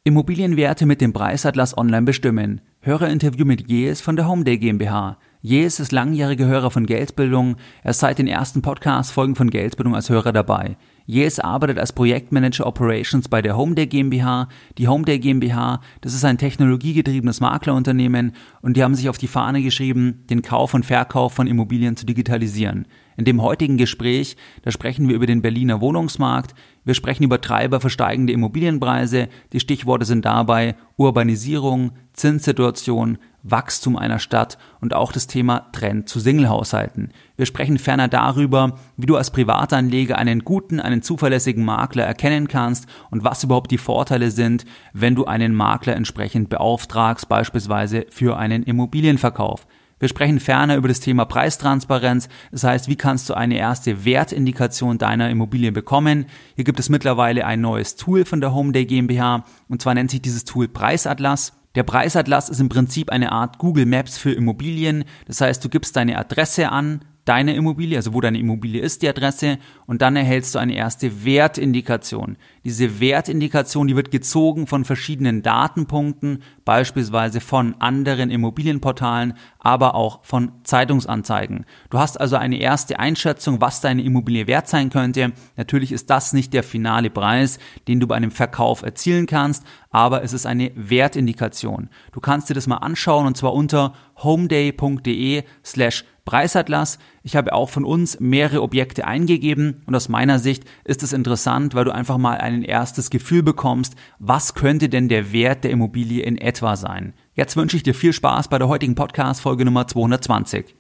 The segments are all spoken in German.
Immobilienwerte mit dem Preisatlas online bestimmen. Hörerinterview mit Jes von der Homeday GmbH. Jes ist langjähriger Hörer von Geldbildung. Er ist seit den ersten Podcast-Folgen von Geldbildung als Hörer dabei. Jes arbeitet als Projektmanager Operations bei der Homeday GmbH. Die Homeday GmbH, das ist ein technologiegetriebenes Maklerunternehmen und die haben sich auf die Fahne geschrieben, den Kauf und Verkauf von Immobilien zu digitalisieren. In dem heutigen Gespräch, da sprechen wir über den Berliner Wohnungsmarkt, wir sprechen über Treiber für steigende Immobilienpreise, die Stichworte sind dabei Urbanisierung, Zinssituation, Wachstum einer Stadt und auch das Thema Trend zu Singlehaushalten. Wir sprechen ferner darüber, wie du als Privatanleger einen guten, einen zuverlässigen Makler erkennen kannst und was überhaupt die Vorteile sind, wenn du einen Makler entsprechend beauftragst, beispielsweise für einen Immobilienverkauf. Wir sprechen ferner über das Thema Preistransparenz, das heißt, wie kannst du eine erste Wertindikation deiner Immobilie bekommen. Hier gibt es mittlerweile ein neues Tool von der Homeday GmbH und zwar nennt sich dieses Tool Preisatlas. Der Preisatlas ist im Prinzip eine Art Google Maps für Immobilien, das heißt, du gibst deine Adresse an, deine Immobilie, also wo deine Immobilie ist, die Adresse, und dann erhältst du eine erste Wertindikation. Diese Wertindikation, die wird gezogen von verschiedenen Datenpunkten, beispielsweise von anderen Immobilienportalen, aber auch von Zeitungsanzeigen. Du hast also eine erste Einschätzung, was deine Immobilie wert sein könnte. Natürlich ist das nicht der finale Preis, den du bei einem Verkauf erzielen kannst, aber es ist eine Wertindikation. Du kannst dir das mal anschauen und zwar unter homeday.de/Preisatlas. Ich habe auch von uns mehrere Objekte eingegeben und aus meiner Sicht ist es interessant, weil du einfach mal ein erstes Gefühl bekommst, was könnte denn der Wert der Immobilie in etwa sein. Jetzt wünsche ich dir viel Spaß bei der heutigen Podcast-Folge Nummer 220.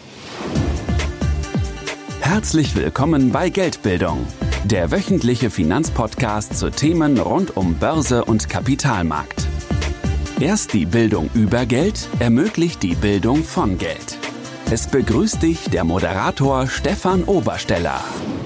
Herzlich willkommen bei Geldbildung, der wöchentliche Finanzpodcast zu Themen rund um Börse und Kapitalmarkt. Erst die Bildung über Geld ermöglicht die Bildung von Geld. Es begrüßt dich der Moderator Stefan Obersteller.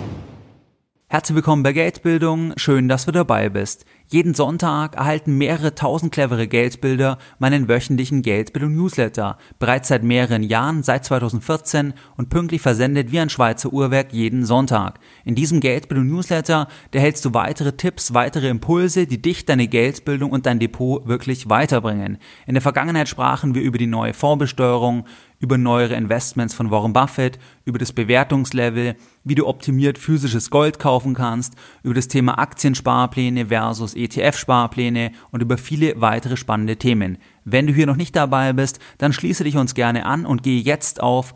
Herzlich willkommen bei Geldbildung, schön, dass du dabei bist. Jeden Sonntag erhalten mehrere tausend clevere Geldbilder meinen wöchentlichen Geldbildung-Newsletter, bereits seit mehreren Jahren, seit 2014 und pünktlich versendet wie ein Schweizer Uhrwerk jeden Sonntag. In diesem Geldbildung-Newsletter erhältst du weitere Tipps, weitere Impulse, die dich, deine Geldbildung und dein Depot wirklich weiterbringen. In der Vergangenheit sprachen wir über die neue Fondsbesteuerung, über neuere Investments von Warren Buffett, über das Bewertungslevel, wie du optimiert physisches Gold kaufen kannst, über das Thema Aktiensparpläne versus ETF-Sparpläne und über viele weitere spannende Themen. Wenn du hier noch nicht dabei bist, dann schließe dich uns gerne an und gehe jetzt auf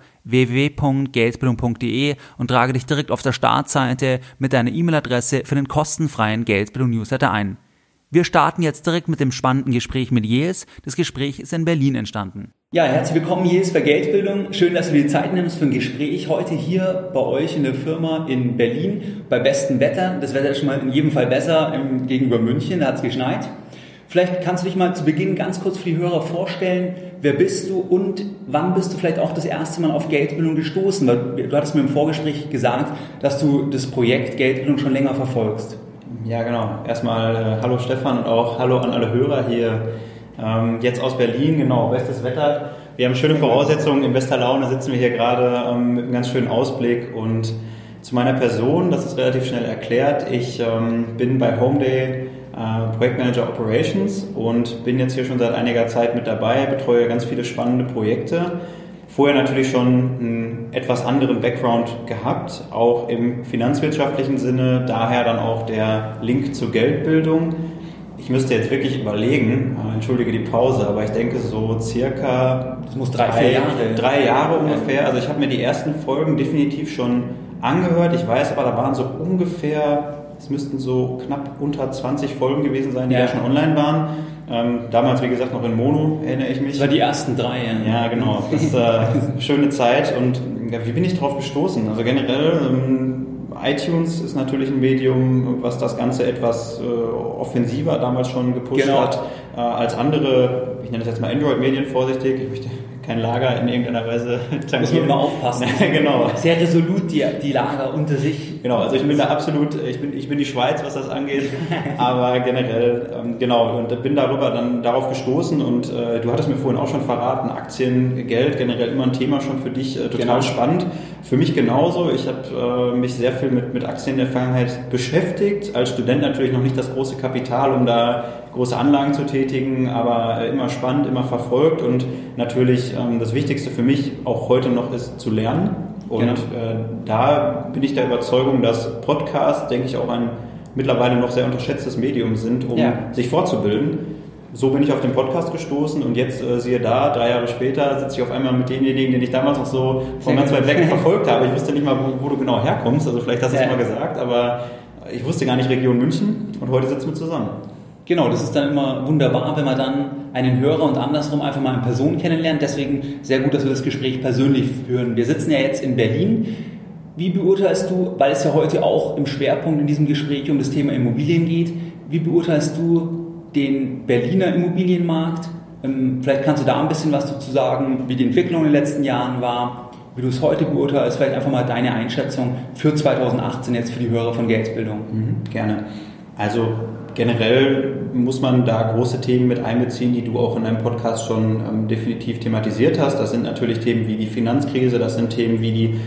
www.geldbildung.de und trage dich direkt auf der Startseite mit deiner E-Mail-Adresse für den kostenfreien Geldbildung-Newsletter ein. Wir starten jetzt direkt mit dem spannenden Gespräch mit Jes. Das Gespräch ist in Berlin entstanden. Ja, herzlich willkommen Jes bei Geldbildung. Schön, dass du dir die Zeit nimmst für ein Gespräch heute hier bei euch in der Firma in Berlin bei bestem Wetter. Das Wetter ist schon mal in jedem Fall besser gegenüber München, da hat es geschneit. Vielleicht kannst du dich mal zu Beginn ganz kurz für die Hörer vorstellen, wer bist du und wann bist du vielleicht auch das erste Mal auf Geldbildung gestoßen? Weil du hattest mir im Vorgespräch gesagt, dass du das Projekt Geldbildung schon länger verfolgst. Ja, genau. Erstmal hallo Stefan und auch hallo an alle Hörer hier jetzt aus Berlin. Genau, bestes Wetter. Wir haben schöne Voraussetzungen. In bester Laune sitzen wir hier gerade mit einem ganz schönen Ausblick. Und zu meiner Person, das ist relativ schnell erklärt. Ich bin bei Homeday Projektmanager Operations und bin jetzt hier schon seit einiger Zeit mit dabei, betreue ganz viele spannende Projekte. Vorher natürlich schon einen etwas anderen Background gehabt, auch im finanzwirtschaftlichen Sinne, daher dann auch der Link zur Geldbildung. Ich müsste jetzt wirklich überlegen, entschuldige die Pause, aber ich denke so circa das muss 3 Jahre ungefähr. Also ich habe mir die ersten Folgen definitiv schon angehört. Ich weiß aber, da waren so ungefähr, es müssten so knapp unter 20 Folgen gewesen sein, die da schon online waren. Damals, wie gesagt, noch in Mono, erinnere ich mich. Das war die ersten 3, ja. Ja, genau. Das ist eine schöne Zeit. Und wie bin ich darauf gestoßen? Also generell, iTunes ist natürlich ein Medium, was das Ganze etwas offensiver damals schon gepusht hat, als andere, ich nenne das jetzt mal Android-Medien vorsichtig, ich möchte kein Lager in irgendeiner Weise tangieren. Muss man immer aufpassen. Genau. Sehr resolut die Lager unter sich. Genau, also ich bin da absolut, ich bin die Schweiz, was das angeht, aber generell, genau, und bin darüber dann darauf gestoßen und du hattest mir vorhin auch schon verraten, Aktien, Geld, generell immer ein Thema schon für dich, total spannend. Für mich genauso. Ich habe mich sehr viel mit Aktien in der Vergangenheit beschäftigt. Als Student natürlich noch nicht das große Kapital, um da große Anlagen zu tätigen, aber immer spannend, immer verfolgt. Und natürlich das Wichtigste für mich auch heute noch ist zu lernen. Und da bin ich der Überzeugung, dass Podcasts, denke ich, auch ein mittlerweile noch sehr unterschätztes Medium sind, um sich fortzubilden. So bin ich auf den Podcast gestoßen und jetzt, siehe da, 3 Jahre später sitze ich auf einmal mit denjenigen, den ich damals noch so von ganz weit weg verfolgt habe. Ich wusste nicht mal, wo du genau herkommst, also vielleicht hast du es mal gesagt, aber ich wusste gar nicht Region München und heute sitzen wir zusammen. Genau, das ist dann immer wunderbar, wenn man dann einen Hörer und andersrum einfach mal in Person kennenlernt. Deswegen sehr gut, dass wir das Gespräch persönlich führen. Wir sitzen ja jetzt in Berlin. Wie beurteilst du, weil es ja heute auch im Schwerpunkt in diesem Gespräch um das Thema Immobilien geht, wie beurteilst du den Berliner Immobilienmarkt? Vielleicht kannst du da ein bisschen was dazu sagen, wie die Entwicklung in den letzten Jahren war, wie du es heute beurteilst, vielleicht einfach mal deine Einschätzung für 2018 jetzt für die Hörer von Geldbildung. Gerne. Also generell muss man da große Themen mit einbeziehen, die du auch in deinem Podcast schon definitiv thematisiert hast. Das sind natürlich Themen wie die Finanzkrise, das sind Themen wie die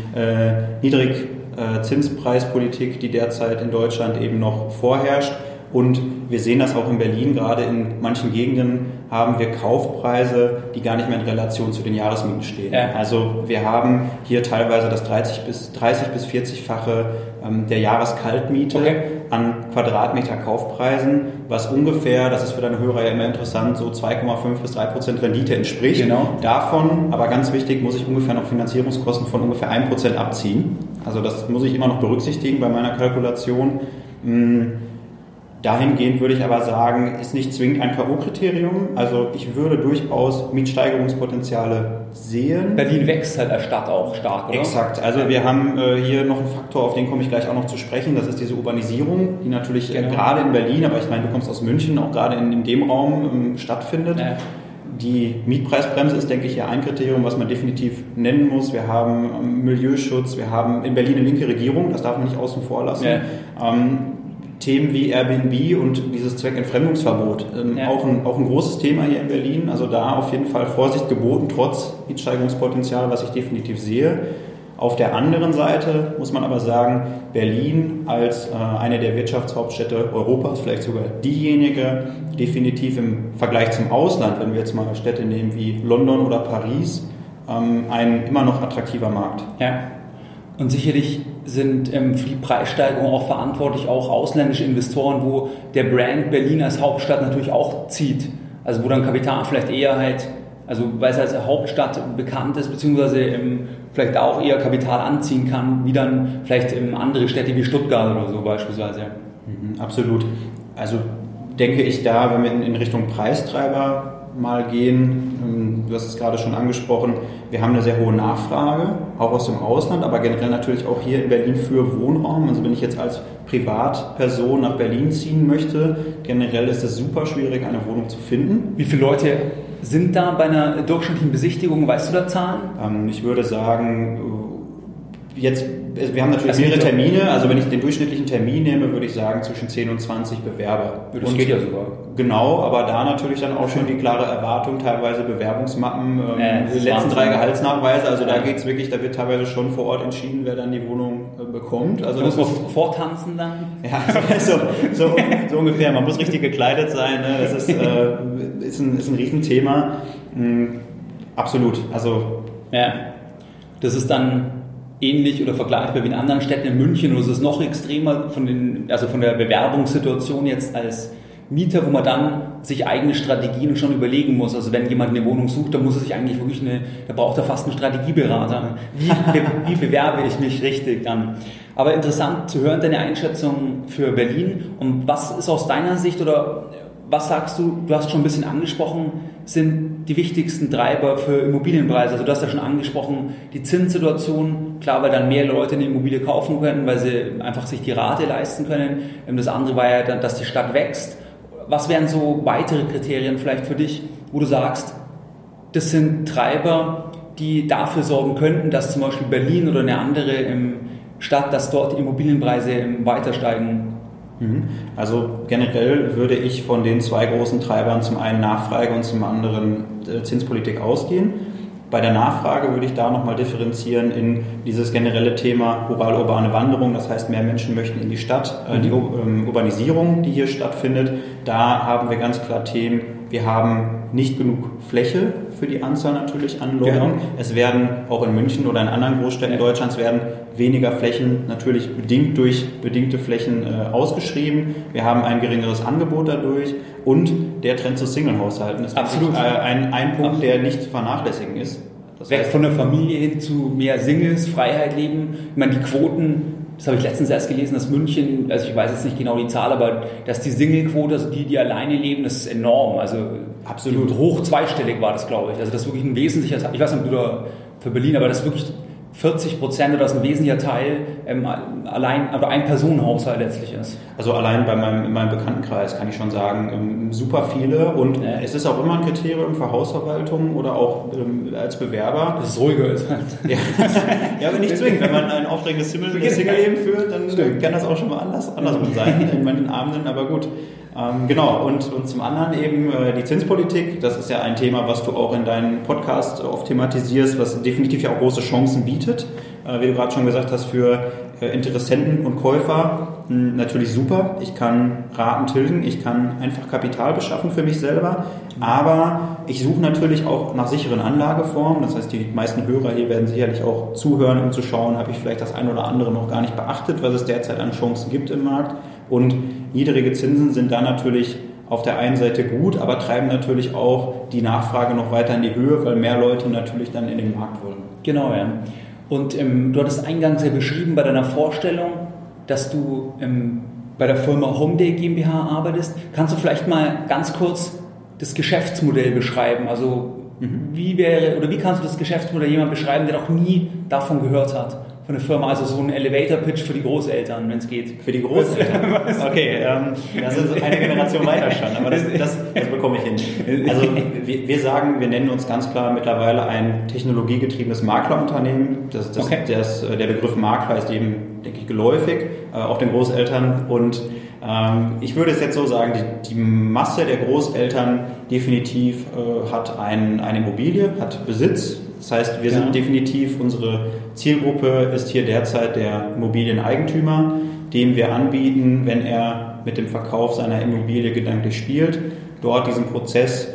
Niedrigzinspreispolitik, die derzeit in Deutschland eben noch vorherrscht. Und wir sehen das auch in Berlin, gerade in manchen Gegenden haben wir Kaufpreise, die gar nicht mehr in Relation zu den Jahresmieten stehen. Ja. Also wir haben hier teilweise das 30 bis 40-fache der Jahreskaltmiete an Quadratmeter Kaufpreisen, was ungefähr, das ist für deine Hörer ja immer interessant, so 2,5 bis 3% Rendite entspricht. Genau. Davon, aber ganz wichtig, muss ich ungefähr noch Finanzierungskosten von ungefähr 1% abziehen. Also das muss ich immer noch berücksichtigen bei meiner Kalkulation. Dahingehend würde ich aber sagen, ist nicht zwingend ein K.O.-Kriterium. Also ich würde durchaus Mietsteigerungspotenziale sehen. Berlin wächst halt als Stadt auch stark, oder? Exakt. Also wir haben hier noch einen Faktor, auf den komme ich gleich auch noch zu sprechen. Das ist diese Urbanisierung, die natürlich gerade in Berlin, aber ich meine, du kommst aus München, auch gerade in dem Raum stattfindet. Ja. Die Mietpreisbremse ist, denke ich, ja ein Kriterium, was man definitiv nennen muss. Wir haben Milieuschutz, wir haben in Berlin eine linke Regierung, das darf man nicht außen vor lassen. Ja. Themen wie Airbnb und dieses Zweckentfremdungsverbot, auch ein großes Thema hier in Berlin. Also da auf jeden Fall Vorsicht geboten, trotz Mietsteigerungspotenzial, was ich definitiv sehe. Auf der anderen Seite muss man aber sagen, Berlin als eine der Wirtschaftshauptstädte Europas, vielleicht sogar diejenige, definitiv im Vergleich zum Ausland, wenn wir jetzt mal Städte nehmen wie London oder Paris, ein immer noch attraktiver Markt. Ja. Und sicherlich sind für die Preissteigerung auch verantwortlich auch ausländische Investoren, wo der Brand Berlin als Hauptstadt natürlich auch zieht. Also wo dann Kapital vielleicht eher halt, also weil es als Hauptstadt bekannt ist, beziehungsweise vielleicht auch eher Kapital anziehen kann, wie dann vielleicht andere Städte wie Stuttgart oder so beispielsweise. Absolut. Also denke ich da, wenn wir in Richtung Preistreiber mal gehen, du hast es gerade schon angesprochen, wir haben eine sehr hohe Nachfrage, auch aus dem Ausland, aber generell natürlich auch hier in Berlin für Wohnraum. Also wenn ich jetzt als Privatperson nach Berlin ziehen möchte, generell ist es super schwierig, eine Wohnung zu finden. Wie viele Leute sind da bei einer durchschnittlichen Besichtigung? Weißt du da Zahlen? Ich würde sagen, jetzt, wir haben natürlich mehrere Termine, also wenn ich den durchschnittlichen Termin nehme, würde ich sagen zwischen 10 und 20 Bewerber. Das geht ja sogar. Genau, aber da natürlich dann auch schon die klare Erwartung, teilweise Bewerbungsmappen, die letzten 3 Gehaltsnachweise, also da geht's wirklich, da wird teilweise schon vor Ort entschieden, wer dann die Wohnung bekommt. Also das muss vortanzen dann? Ja, so ungefähr, man muss richtig gekleidet sein, ne? Das ist ein Riesenthema. Absolut, also... Ja, das ist dann ähnlich oder vergleichbar wie in anderen Städten in München, oder ist es noch extremer von der Bewerbungssituation jetzt als Mieter, wo man dann sich eigene Strategien schon überlegen muss. Also wenn jemand eine Wohnung sucht, dann muss er sich eigentlich wirklich da braucht er fast einen Strategieberater. Wie bewerbe ich mich richtig dann? Aber interessant zu hören, deine Einschätzung für Berlin. Und was ist aus deiner Sicht oder was sagst du, du hast schon ein bisschen angesprochen, sind die wichtigsten Treiber für Immobilienpreise? Also du hast ja schon angesprochen, die Zinssituation, klar, weil dann mehr Leute eine Immobilie kaufen können, weil sie einfach sich die Rate leisten können. Das andere war ja dann, dass die Stadt wächst. Was wären so weitere Kriterien vielleicht für dich, wo du sagst, das sind Treiber, die dafür sorgen könnten, dass zum Beispiel Berlin oder eine andere Stadt, dass dort die Immobilienpreise weiter steigen? Also generell würde ich von den 2 großen Treibern, zum einen Nachfrage und zum anderen Zinspolitik ausgehen. Bei der Nachfrage würde ich da nochmal differenzieren in dieses generelle Thema rural-urbane Wanderung. Das heißt, mehr Menschen möchten in die Stadt. Die Urbanisierung, die hier stattfindet, da haben wir ganz klar Themen. Wir haben nicht genug Fläche für die Anzahl natürlich an Leuten. Genau. Es werden auch in München oder in anderen Großstädten Deutschlands werden weniger Flächen, natürlich bedingt durch bedingte Flächen ausgeschrieben. Wir haben ein geringeres Angebot dadurch und der Trend zu Single-Haushalten ist absolut ein Punkt, der nicht zu vernachlässigen ist. Das heißt, weg von der Familie hin zu mehr Singles, Freiheit leben. Ich meine, die Quoten, das habe ich letztens erst gelesen, dass München, also ich weiß jetzt nicht genau die Zahl, aber dass die Single-Quote, also die alleine leben, das ist enorm. Also absolut hoch zweistellig war das, glaube ich. Also das ist wirklich ein wesentlicher Teil. Ich weiß nicht, ob du da für Berlin, aber das ist wirklich 40% oder das ist ein wesentlicher Teil allein, aber ein Personenhaushalt letztlich ist. Also allein in meinem Bekanntenkreis kann ich schon sagen, super viele und es ist auch immer ein Kriterium für Hausverwaltung oder auch als Bewerber. Dass es ruhiger ist. Ja, aber nicht zwingend. Wenn man ein aufregendes Single-Leben führt, dann kann das auch schon mal andersrum sein in manchen Abenden, aber gut. Genau, und zum anderen eben die Zinspolitik, das ist ja ein Thema, was du auch in deinem Podcast oft thematisierst, was definitiv ja auch große Chancen bietet, wie du gerade schon gesagt hast, für Interessenten und Käufer natürlich super. Ich kann Raten tilgen, ich kann einfach Kapital beschaffen für mich selber, aber ich suche natürlich auch nach sicheren Anlageformen. Das heißt, die meisten Hörer hier werden sicherlich auch zuhören, um zu schauen, habe ich vielleicht das ein oder andere noch gar nicht beachtet, was es derzeit an Chancen gibt im Markt. Und niedrige Zinsen sind da natürlich auf der einen Seite gut, aber treiben natürlich auch die Nachfrage noch weiter in die Höhe, weil mehr Leute natürlich dann in den Markt wollen. Genau, ja. Und du hattest eingangs ja beschrieben bei deiner Vorstellung, dass du bei der Firma Homeday GmbH arbeitest. Kannst du vielleicht mal ganz kurz das Geschäftsmodell beschreiben? Also wie kannst du das Geschäftsmodell jemand beschreiben, der noch nie davon gehört hat? Von der Firma, also so ein Elevator-Pitch für die Großeltern, wenn es geht. Für die Großeltern? Okay, das ist eine Generation weiter schon, aber das bekomme ich hin. Also wir sagen, wir nennen uns ganz klar mittlerweile ein technologiegetriebenes Maklerunternehmen. Der Begriff Makler ist eben, denke ich, geläufig, auch den Großeltern. Und ich würde es jetzt so sagen, die Masse der Großeltern definitiv hat eine Immobilie, hat Besitz. Das heißt, wir sind definitiv, unsere Zielgruppe ist hier derzeit der Immobilieneigentümer, dem wir anbieten, wenn er mit dem Verkauf seiner Immobilie gedanklich spielt, dort diesen Prozess,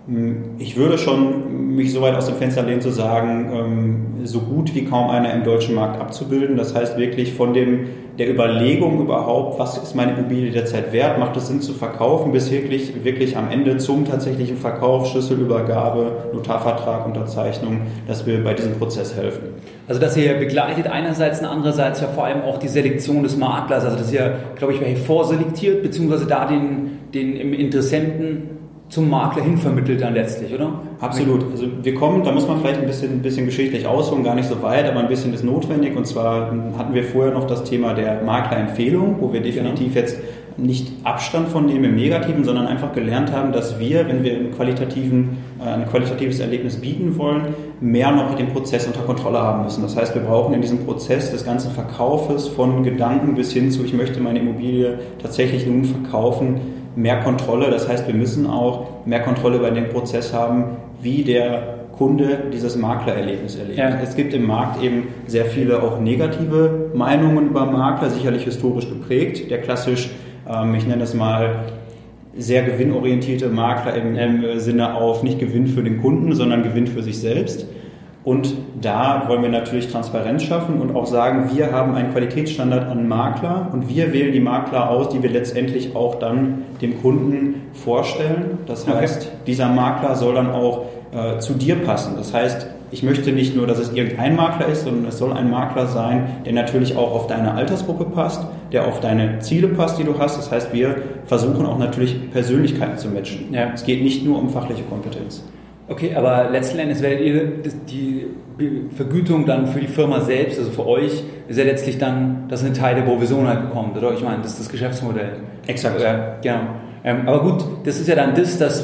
ich würde schon mich so weit aus dem Fenster lehnen zu sagen, so gut wie kaum einer im deutschen Markt abzubilden. Das heißt wirklich von der Überlegung überhaupt, was ist meine Immobilie derzeit wert, macht es Sinn zu verkaufen, bis wirklich am Ende zum tatsächlichen Verkauf, Schlüsselübergabe, Notarvertrag, Unterzeichnung, dass wir bei diesem Prozess helfen. Also dass ihr begleitet einerseits und andererseits ja vor allem auch die Selektion des Maklers, also dass ihr, glaube ich, vorselektiert, beziehungsweise da den Interessenten zum Makler hin vermittelt dann letztlich, oder? Absolut. Also wir kommen, da muss man vielleicht ein bisschen geschichtlich ausholen, gar nicht so weit, aber ein bisschen ist notwendig. Und zwar hatten wir vorher noch das Thema der Maklerempfehlung, wo wir definitiv jetzt nicht Abstand von nehmen im Negativen, sondern einfach gelernt haben, dass wir, wenn wir ein qualitatives Erlebnis bieten wollen, mehr noch den Prozess unter Kontrolle haben müssen. Das heißt, wir brauchen in diesem Prozess des ganzen Verkaufes von Gedanken bis hin zu, ich möchte meine Immobilie tatsächlich nun verkaufen, mehr Kontrolle. Das heißt, wir müssen auch mehr Kontrolle über den Prozess haben, wie der Kunde dieses Maklererlebnis erlebt. Ja. Es gibt im Markt eben sehr viele auch negative Meinungen über Makler, sicherlich historisch geprägt. Der klassisch, ich nenne das mal, sehr gewinnorientierte Makler im Sinne auf nicht Gewinn für den Kunden, sondern Gewinn für sich selbst. Und da wollen wir natürlich Transparenz schaffen und auch sagen, wir haben einen Qualitätsstandard an Makler und wir wählen die Makler aus, die wir letztendlich auch dann dem Kunden vorstellen. Das heißt, dieser Makler soll dann auch zu dir passen. Das heißt, ich möchte nicht nur, dass es irgendein Makler ist, sondern es soll ein Makler sein, der natürlich auch auf deine Altersgruppe passt, der auf deine Ziele passt, die du hast. Das heißt, wir versuchen auch natürlich Persönlichkeiten zu matchen. Ja. Es geht nicht nur um fachliche Kompetenz. Okay, aber letzten Endes werdet ihr die Vergütung dann für die Firma selbst, also für euch, ist ja letztlich dann, dass ein Teil der Provision halt bekommt, oder? Ich meine, das ist das Geschäftsmodell. Exakt. Genau. Aber gut, das ist ja dann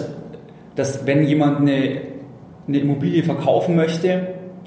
dass wenn jemand eine Immobilie verkaufen möchte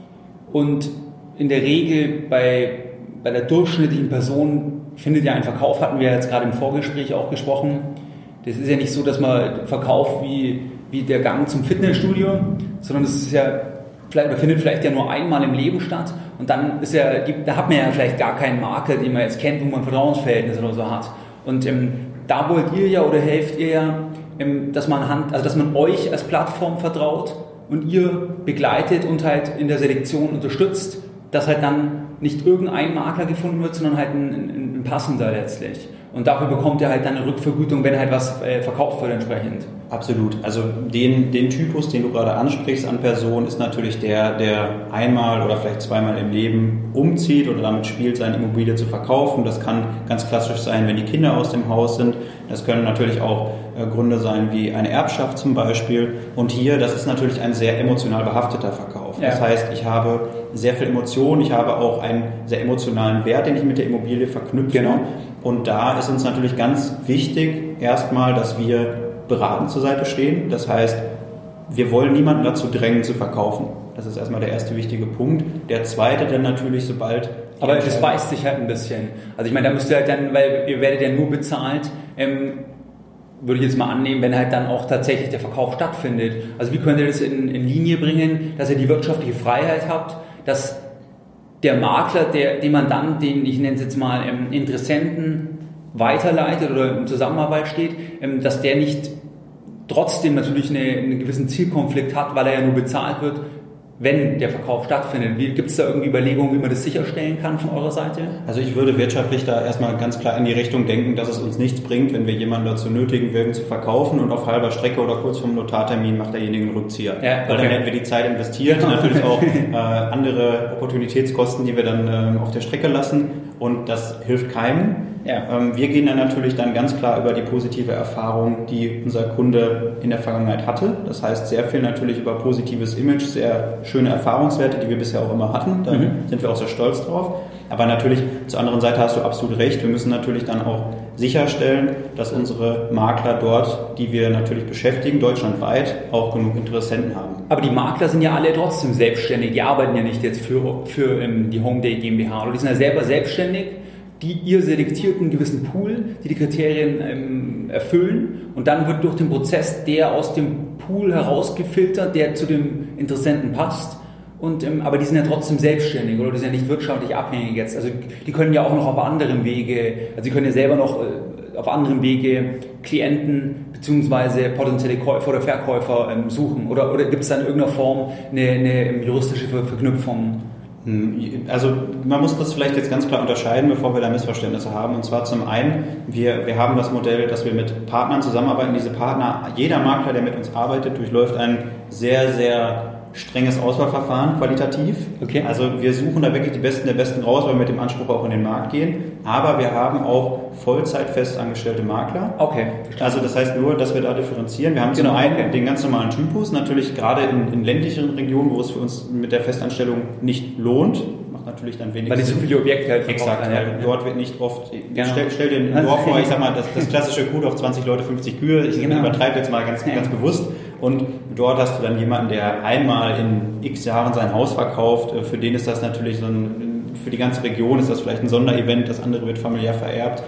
und in der Regel bei der durchschnittlichen Person findet ja ein Verkauf, hatten wir jetzt gerade im Vorgespräch auch gesprochen. Das ist ja nicht so, dass man verkauft wie der Gang zum Fitnessstudio, sondern das ist ja findet vielleicht ja nur einmal im Leben statt und dann da hat man ja vielleicht gar keinen Makler, den man jetzt kennt, wo man Vertrauensverhältnisse oder so hat. Und da wollt ihr ja oder helft ihr ja, dass man euch als Plattform vertraut und ihr begleitet und halt in der Selektion unterstützt, dass halt dann nicht irgendein Makler gefunden wird, sondern halt ein passender letztlich. Und dafür bekommt ihr halt dann eine Rückvergütung, wenn halt was verkauft wird entsprechend. Absolut. Also den Typus, den du gerade ansprichst an Person, ist natürlich der einmal oder vielleicht zweimal im Leben umzieht oder damit spielt, seine Immobilie zu verkaufen. Das kann ganz klassisch sein, wenn die Kinder aus dem Haus sind. Das können natürlich auch Gründe sein wie eine Erbschaft zum Beispiel. Und hier, das ist natürlich ein sehr emotional behafteter Verkauf. Ja. Das heißt, ich habe sehr viel Emotion, ich habe auch einen sehr emotionalen Wert, den ich mit der Immobilie verknüpfe. Genau. Und da ist uns natürlich ganz wichtig, erstmal, dass wir beratend zur Seite stehen. Das heißt, wir wollen niemanden dazu drängen, zu verkaufen. Das ist erstmal der erste wichtige Punkt. Der zweite dann natürlich, sobald... Aber das beißt sich halt ein bisschen. Also ich meine, da müsst ihr halt dann, weil ihr werdet ja nur bezahlt, würde ich jetzt mal annehmen, wenn halt dann auch tatsächlich der Verkauf stattfindet. Also wie könnt ihr das in Linie bringen, dass ihr die wirtschaftliche Freiheit habt, dass der Makler, den ich nenne es jetzt mal Interessenten weiterleitet oder in Zusammenarbeit steht, dass der nicht trotzdem natürlich einen gewissen Zielkonflikt hat, weil er ja nur bezahlt wird, wenn der Verkauf stattfindet. Gibt es da irgendwie Überlegungen, wie man das sicherstellen kann von eurer Seite? Also ich würde wirtschaftlich da erstmal ganz klar in die Richtung denken, dass es uns nichts bringt, wenn wir jemanden dazu nötigen würden zu verkaufen und auf halber Strecke oder kurz vorm Notartermin macht derjenige einen Rückzieher. Ja, okay. Weil dann hätten wir die Zeit investiert, natürlich auch andere Opportunitätskosten, die wir dann auf der Strecke lassen und das hilft keinem. Ja. Wir gehen dann natürlich dann ganz klar über die positive Erfahrung, die unser Kunde in der Vergangenheit hatte. Das heißt sehr viel natürlich über positives Image, sehr schöne Erfahrungswerte, die wir bisher auch immer hatten. Da sind wir auch sehr stolz drauf. Aber natürlich, zur anderen Seite hast du absolut recht. Wir müssen natürlich dann auch sicherstellen, dass unsere Makler dort, die wir natürlich beschäftigen, deutschlandweit auch genug Interessenten haben. Aber die Makler sind ja alle trotzdem selbstständig. Die arbeiten ja nicht jetzt für die Homeday GmbH. Oder die sind ja selber selbstständig. Ihr selektiert einen gewissen Pool, die Kriterien erfüllen und dann wird durch den Prozess der aus dem Pool herausgefiltert, der zu dem Interessenten passt. Aber die sind ja trotzdem selbstständig oder die sind ja nicht wirtschaftlich abhängig jetzt. Also die können ja auch noch auf anderem Wege, also die können ja selber noch auf anderem Wege Klienten bzw. potenzielle Käufer oder Verkäufer suchen. Oder gibt es da in irgendeiner Form eine juristische Verknüpfung? Also man muss das vielleicht jetzt ganz klar unterscheiden, bevor wir da Missverständnisse haben. Und zwar zum einen, wir haben das Modell, dass wir mit Partnern zusammenarbeiten. Diese Partner, jeder Makler, der mit uns arbeitet, durchläuft ein sehr, sehr strenges Auswahlverfahren, qualitativ. Okay. Also wir suchen da wirklich die Besten der Besten raus, weil wir mit dem Anspruch auch in den Markt gehen. Aber wir haben auch Vollzeit festangestellte Makler. Okay. Also das heißt nur, dass wir da differenzieren. Wir haben zum einen den ganz normalen Typus, natürlich gerade in ländlicheren Regionen, wo es für uns mit der Festanstellung nicht lohnt. Macht natürlich dann wenig Sinn. Weil nicht so viele Objekte halt exakt. Dort wird nicht oft, stell dir ein Dorf vor, ich sag mal, das klassische Gut auf 20 Leute, 50 Kühe. Ich übertreibe jetzt mal ganz bewusst. Und dort hast du dann jemanden, der einmal in x Jahren sein Haus verkauft. Für den ist das natürlich für die ganze Region ist das vielleicht ein Sonderevent, das andere wird familiär vererbt.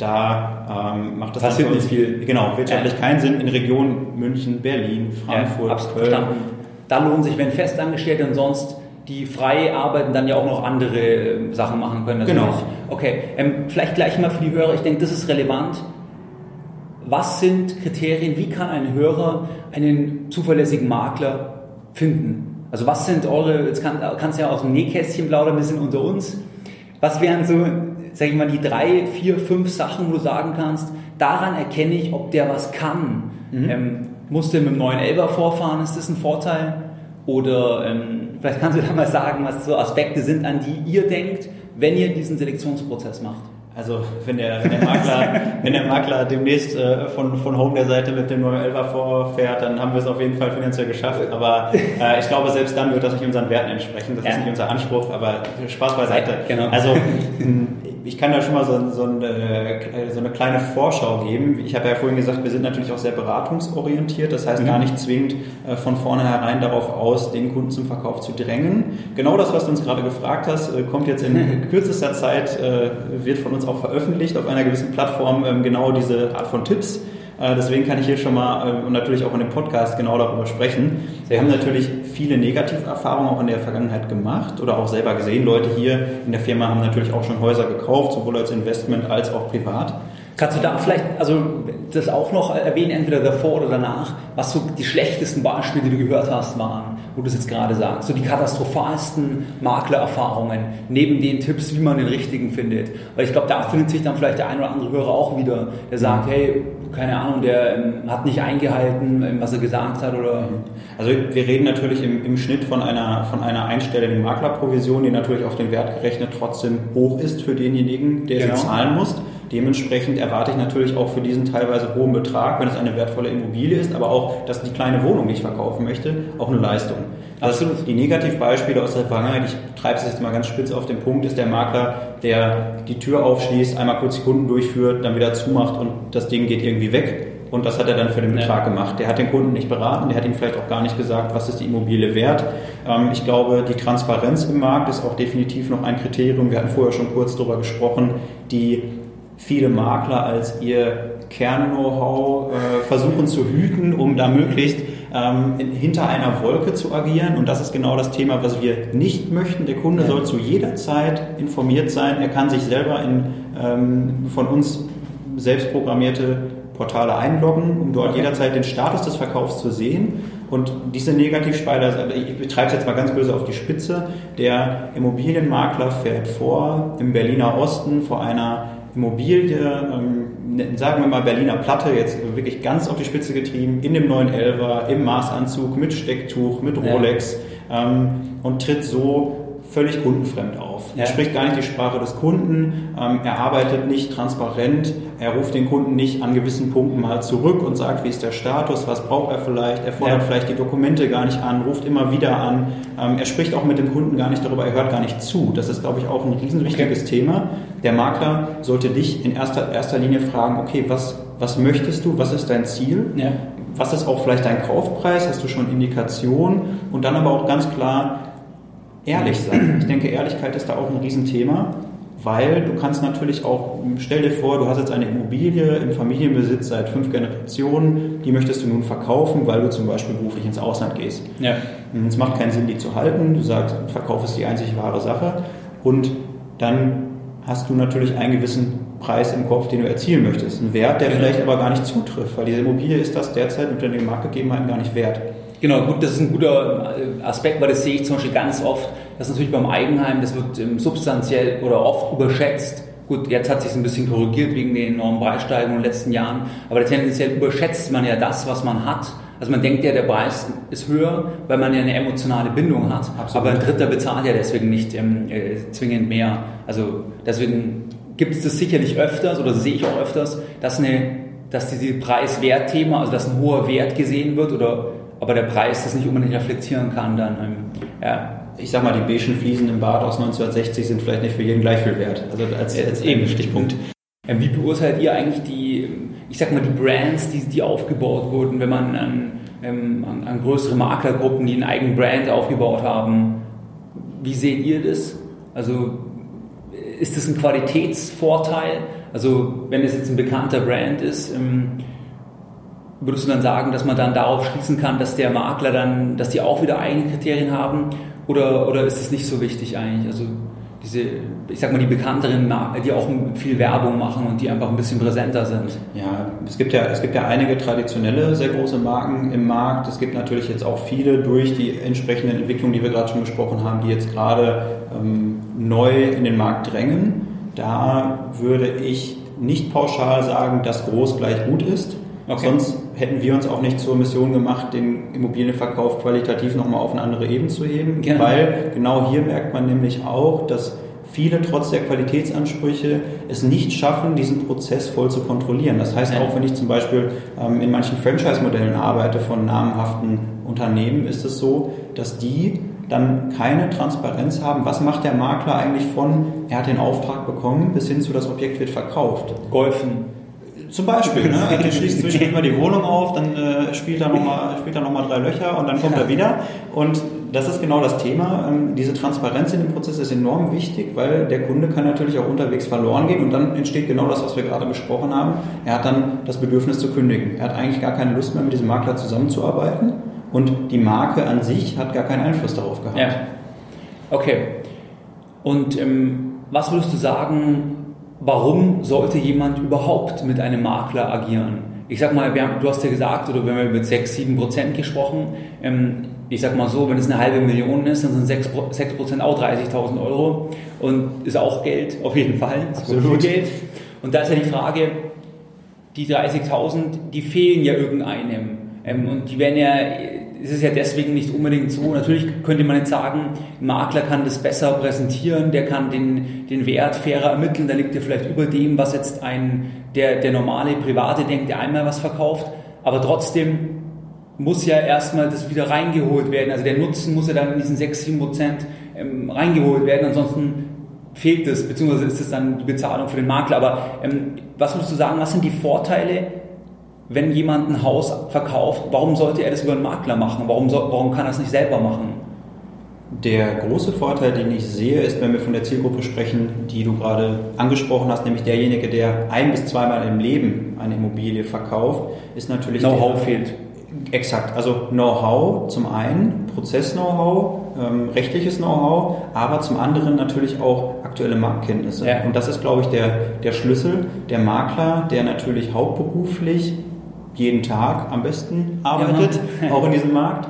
Da macht das passiert nicht viel. Genau, wirtschaftlich keinen Sinn in Regionen München, Berlin, Frankfurt, Köln. Verstanden. Da lohnt sich, wenn Festangestellte und sonst die frei arbeiten, dann ja auch noch andere Sachen machen können. Natürlich. Genau. Okay, vielleicht gleich mal für die Hörer, ich denke, das ist relevant. Was sind Kriterien, wie kann ein Hörer einen zuverlässigen Makler finden? Also was sind jetzt kannst du ja aus dem Nähkästchen plaudern, wir sind unter uns. Was wären so, sag ich mal, die 3, 4, 5 Sachen, wo du sagen kannst, daran erkenne ich, ob der was kann. Muss der mit dem 911er vorfahren, ist das ein Vorteil? Oder vielleicht kannst du da mal sagen, was so Aspekte sind, an die ihr denkt, wenn ihr diesen Selektionsprozess macht. Also wenn der Makler demnächst von Home der Seite mit dem 911er vorfährt, dann haben wir es auf jeden Fall finanziell geschafft. Aber ich glaube, selbst dann wird das nicht unseren Werten entsprechen. Das ist nicht unser Anspruch, aber Spaß beiseite. Genau. Also ich kann da schon mal so eine kleine Vorschau geben. Ich habe ja vorhin gesagt, wir sind natürlich auch sehr beratungsorientiert. Das heißt gar nicht zwingend von vornherein darauf aus, den Kunden zum Verkauf zu drängen. Genau das, was du uns gerade gefragt hast, kommt jetzt in kürzester Zeit, wird von uns auch veröffentlicht auf einer gewissen Plattform, genau diese Art von Tipps. Deswegen kann ich hier schon mal und natürlich auch in dem Podcast genau darüber sprechen. Wir haben natürlich viele Negativerfahrungen auch in der Vergangenheit gemacht oder auch selber gesehen. Leute hier in der Firma haben natürlich auch schon Häuser gekauft, sowohl als Investment als auch privat. Kannst du da vielleicht das auch noch erwähnen, entweder davor oder danach, was so die schlechtesten Beispiele, die du gehört hast, waren, wo du es jetzt gerade sagst, so die katastrophalsten Maklererfahrungen, neben den Tipps, wie man den richtigen findet. Weil ich glaube, da findet sich dann vielleicht der ein oder andere Hörer auch wieder, der sagt, hey, keine Ahnung, der hat nicht eingehalten, was er gesagt hat oder... Also wir reden natürlich im Schnitt von einer einstelligen Maklerprovision, die natürlich auf den Wert gerechnet trotzdem hoch ist für denjenigen, der sie zahlen muss. Dementsprechend erwarte ich natürlich auch für diesen teilweise hohen Betrag, wenn es eine wertvolle Immobilie ist, aber auch, dass die kleine Wohnung, die ich verkaufen möchte, auch eine Leistung. Absolut. Die Negativbeispiele aus der Vergangenheit, ich treibe es jetzt mal ganz spitz auf den Punkt, ist der Makler, der die Tür aufschließt, einmal kurz die Kunden durchführt, dann wieder zumacht und das Ding geht irgendwie weg. Und das hat er dann für den Betrag gemacht. Der hat den Kunden nicht beraten, der hat ihm vielleicht auch gar nicht gesagt, was ist die Immobilie wert. Ich glaube, die Transparenz im Markt ist auch definitiv noch ein Kriterium. Wir hatten vorher schon kurz darüber gesprochen, die viele Makler als ihr Kern-Know-how versuchen zu hüten, um da möglichst hinter einer Wolke zu agieren. Und das ist genau das Thema, was wir nicht möchten. Der Kunde soll zu jeder Zeit informiert sein. Er kann sich selber in von uns selbst programmierte Portale einloggen, um dort jederzeit den Status des Verkaufs zu sehen. Und diese Negativspeicher, ich betreibe es jetzt mal ganz böse auf die Spitze, der Immobilienmakler fährt vor im Berliner Osten vor einer Immobilie, sagen wir mal Berliner Platte, jetzt wirklich ganz auf die Spitze getrieben, in dem 911er, im Maßanzug, mit Stecktuch, mit Rolex und tritt so völlig kundenfremd auf. Er spricht gar nicht die Sprache des Kunden, er arbeitet nicht transparent, er ruft den Kunden nicht an gewissen Punkten mal zurück und sagt, wie ist der Status, was braucht er vielleicht, er fordert vielleicht die Dokumente gar nicht an, ruft immer wieder an, er spricht auch mit dem Kunden gar nicht darüber, er hört gar nicht zu. Das ist, glaube ich, auch ein riesenwichtiges Thema. Der Makler sollte dich in erster Linie fragen, okay, was möchtest du, was ist dein Ziel, was ist auch vielleicht dein Kaufpreis, hast du schon Indikationen und dann aber auch ganz klar ehrlich sein. Ich denke, Ehrlichkeit ist da auch ein Riesenthema, weil du kannst natürlich auch, stell dir vor, du hast jetzt eine Immobilie im Familienbesitz seit 5 Generationen, die möchtest du nun verkaufen, weil du zum Beispiel beruflich ins Ausland gehst. Ja. Es macht keinen Sinn, die zu halten. Du sagst, Verkauf ist die einzig wahre Sache und dann hast du natürlich einen gewissen Preis im Kopf, den du erzielen möchtest. Einen Wert, der vielleicht aber gar nicht zutrifft, weil diese Immobilie ist das derzeit unter den Marktgegebenheiten gar nicht wert. Genau, gut, das ist ein guter Aspekt, weil das sehe ich zum Beispiel ganz oft, dass natürlich beim Eigenheim, das wird substanziell oder oft überschätzt. Gut, jetzt hat sich es ein bisschen korrigiert wegen den enormen Preissteigerungen in den letzten Jahren, aber tendenziell überschätzt man ja das, was man hat. Also man denkt ja, der Preis ist höher, weil man ja eine emotionale Bindung hat. Absolut. Aber ein Dritter bezahlt ja deswegen nicht zwingend mehr. Also deswegen gibt es das sicherlich öfters, oder das sehe ich auch öfters, dass diese Preis-Wert-Thema, also dass ein hoher Wert gesehen wird, aber der Preis das nicht unbedingt reflektieren kann, dann Ich sag mal, die beigen Fliesen im Bad aus 1960 sind vielleicht nicht für jeden gleich viel wert. Also als eben Stichpunkt. Wie beurteilt ihr eigentlich die Brands, die aufgebaut wurden, wenn man an größere Maklergruppen, die einen eigenen Brand aufgebaut haben? Wie seht ihr das? Also ist das ein Qualitätsvorteil? Also wenn es jetzt ein bekannter Brand ist, würdest du dann sagen, dass man dann darauf schließen kann, dass der Makler dann, dass die auch wieder eigene Kriterien haben? Oder ist es nicht so wichtig eigentlich? Also die bekannteren, die auch viel Werbung machen und die einfach ein bisschen präsenter sind. Ja, es gibt ja einige traditionelle, sehr große Marken im Markt. Es gibt natürlich jetzt auch viele durch die entsprechenden Entwicklungen, die wir gerade schon besprochen haben, die jetzt gerade neu in den Markt drängen. Da würde ich nicht pauschal sagen, dass groß gleich gut ist. Okay. Sonst hätten wir uns auch nicht zur Mission gemacht, den Immobilienverkauf qualitativ nochmal auf eine andere Ebene zu heben. Genau. Weil genau hier merkt man nämlich auch, dass viele trotz der Qualitätsansprüche es nicht schaffen, diesen Prozess voll zu kontrollieren. Das heißt, auch wenn ich zum Beispiel in manchen Franchise-Modellen arbeite von namhaften Unternehmen, ist es so, dass die dann keine Transparenz haben, was macht der Makler eigentlich er hat den Auftrag bekommen, bis hin zu das Objekt wird verkauft. Geholfen. Zum Beispiel, ne? Der schließt zwischendurch immer die Wohnung auf, dann spielt er nochmal 3 Löcher und dann kommt er wieder. Und das ist genau das Thema. Diese Transparenz in dem Prozess ist enorm wichtig, weil der Kunde kann natürlich auch unterwegs verloren gehen und dann entsteht genau das, was wir gerade besprochen haben. Er hat dann das Bedürfnis zu kündigen. Er hat eigentlich gar keine Lust mehr, mit diesem Makler zusammenzuarbeiten und die Marke an sich hat gar keinen Einfluss darauf gehabt. Ja. Okay. Und was würdest du sagen, warum sollte jemand überhaupt mit einem Makler agieren? Ich sag mal, du hast ja gesagt, oder wir haben mit 6-7% gesprochen, ich sag mal so, wenn es 500.000 ist, dann sind 6% auch 30.000 Euro und ist auch Geld, auf jeden Fall, absolut Geld. Und da ist ja die Frage, die 30.000, die fehlen ja irgendeinem und die werden ja, es ist ja deswegen nicht unbedingt so. Natürlich könnte man jetzt sagen, ein Makler kann das besser präsentieren, der kann den Wert fairer ermitteln, da liegt er vielleicht über dem, was jetzt der normale Private denkt, der einmal was verkauft. Aber trotzdem muss ja erstmal das wieder reingeholt werden. Also der Nutzen muss ja dann in diesen 6-7% reingeholt werden, ansonsten fehlt es, beziehungsweise ist es dann die Bezahlung für den Makler. Aber was würdest du sagen, was sind die Vorteile, wenn jemand ein Haus verkauft, warum sollte er das über einen Makler machen? Warum kann er es nicht selber machen? Der große Vorteil, den ich sehe, ist, wenn wir von der Zielgruppe sprechen, die du gerade angesprochen hast, nämlich derjenige, der 1- bis 2-mal im Leben eine Immobilie verkauft, ist natürlich Know-how fehlt. Exakt, also Know-how zum einen, Prozess-Know-how, rechtliches Know-how, aber zum anderen natürlich auch aktuelle Marktkenntnisse. Ja. Und das ist, glaube ich, der Schlüssel. Der Makler, der natürlich hauptberuflich jeden Tag am besten arbeitet, auch in diesem Markt.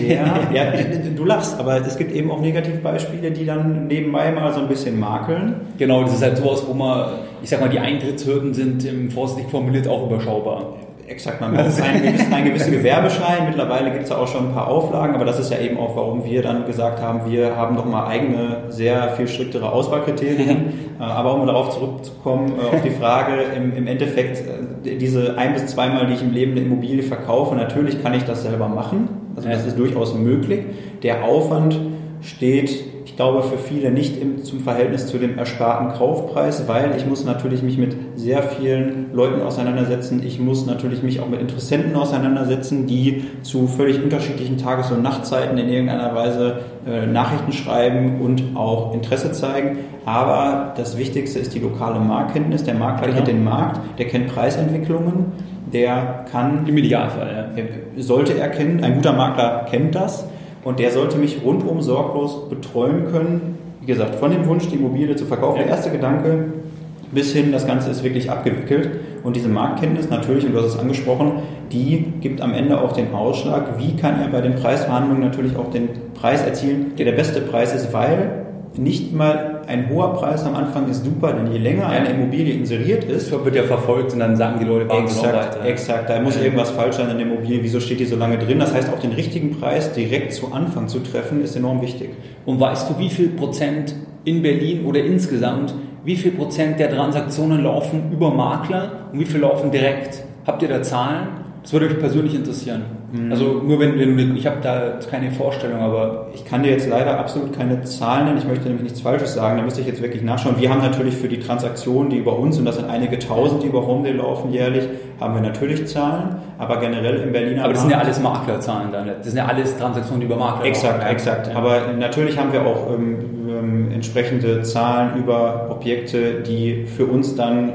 Ja, du lachst, aber es gibt eben auch Negativbeispiele, die dann nebenbei mal so ein bisschen makeln. Genau, das ist halt sowas, wo man, ich sag mal, die Eintrittshürden sind vorsichtig formuliert auch überschaubar. Exakt, man braucht einen gewissen Gewerbeschein. Mittlerweile gibt es ja auch schon ein paar Auflagen, aber das ist ja eben auch, warum wir dann gesagt haben, wir haben doch mal eigene, sehr viel striktere Auswahlkriterien. Aber um darauf zurückzukommen, auf die Frage, im Endeffekt, diese 1- bis 2-mal, die ich im Leben eine Immobilie verkaufe, natürlich kann ich das selber machen. Also das ist durchaus möglich. Der Aufwand steht, ich glaube, für viele nicht zum Verhältnis zu dem ersparten Kaufpreis, weil ich muss natürlich mich mit sehr vielen Leuten auseinandersetzen. Ich muss natürlich mich auch mit Interessenten auseinandersetzen, die zu völlig unterschiedlichen Tages- und Nachtzeiten in irgendeiner Weise Nachrichten schreiben und auch Interesse zeigen. Aber das Wichtigste ist die lokale Marktkenntnis. Der Makler kennt den Markt, der kennt Preisentwicklungen, der kann... Im Idealfall, ja. Sollte er kennen, ein guter Makler kennt das. Und der sollte mich rundum sorglos betreuen können. Wie gesagt, von dem Wunsch, die Immobilie zu verkaufen, der erste Gedanke, bis hin, das Ganze ist wirklich abgewickelt. Und diese Marktkenntnis natürlich, und du hast es angesprochen, die gibt am Ende auch den Ausschlag, wie kann er bei den Preisverhandlungen natürlich auch den Preis erzielen, der beste Preis ist, weil nicht mal ein hoher Preis am Anfang ist super, denn je länger eine Immobilie inseriert ist, wird ja verfolgt und dann sagen die Leute, warten Sie noch weiter. Exakt, da muss irgendwas falsch sein in der Immobilie, wieso steht die so lange drin? Das heißt, auch den richtigen Preis direkt zu Anfang zu treffen, ist enorm wichtig. Und weißt du, wie viel Prozent in Berlin oder insgesamt, wie viel Prozent der Transaktionen laufen über Makler und wie viel laufen direkt? Habt ihr da Zahlen? Das würde mich persönlich interessieren. Also nur wenn du, ich habe da keine Vorstellung, aber... Ich kann dir jetzt leider absolut keine Zahlen nennen, ich möchte nämlich nichts Falsches sagen, da müsste ich jetzt wirklich nachschauen. Wir haben natürlich für die Transaktionen, die über uns, und das sind einige Tausend, die über HomeDay laufen jährlich, haben wir natürlich Zahlen, aber generell im Berliner... Aber das sind ja alles Maklerzahlen dann, das sind ja alles Transaktionen, die über Makler laufen. Exakt. Aber natürlich haben wir auch entsprechende Zahlen über Objekte, die für uns dann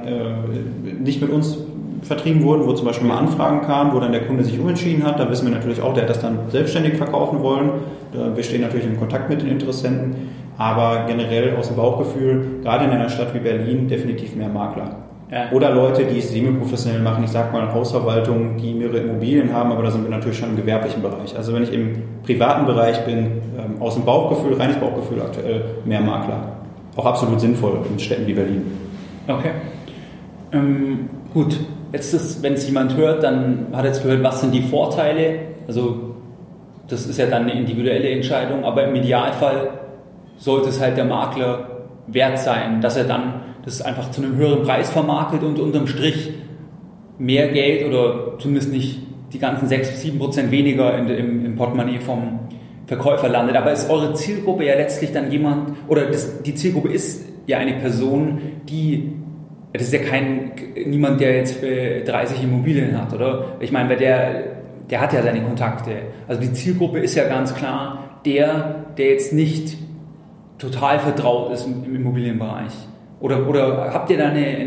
nicht mit uns vertrieben wurden, wo zum Beispiel mal Anfragen kamen, wo dann der Kunde sich umentschieden hat. Da wissen wir natürlich auch, der hat das dann selbstständig verkaufen wollen. Wir stehen natürlich in Kontakt mit den Interessenten, aber generell aus dem Bauchgefühl, gerade in einer Stadt wie Berlin, definitiv mehr Makler. Ja. Oder Leute, die es semi-professionell machen, ich sag mal Hausverwaltungen, die mehrere Immobilien haben, aber da sind wir natürlich schon im gewerblichen Bereich. Also wenn ich im privaten Bereich bin, aus dem Bauchgefühl, reines Bauchgefühl aktuell, mehr Makler. Auch absolut sinnvoll in Städten wie Berlin. Okay. Gut. Jetzt, wenn es jemand hört, dann hat er jetzt gehört, was sind die Vorteile. Also das ist ja dann eine individuelle Entscheidung, aber im Idealfall sollte es halt der Makler wert sein, dass er dann das einfach zu einem höheren Preis vermarktet und unterm Strich mehr Geld oder zumindest nicht die ganzen 6-7% weniger im Portemonnaie vom Verkäufer landet. Aber ist eure Zielgruppe ja letztlich dann jemand, oder die Zielgruppe ist ja eine Person, die das ist ja niemand, der jetzt 30 Immobilien hat, oder? Ich meine, weil der hat ja seine Kontakte. Also die Zielgruppe ist ja ganz klar der jetzt nicht total vertraut ist im Immobilienbereich. Oder habt ihr da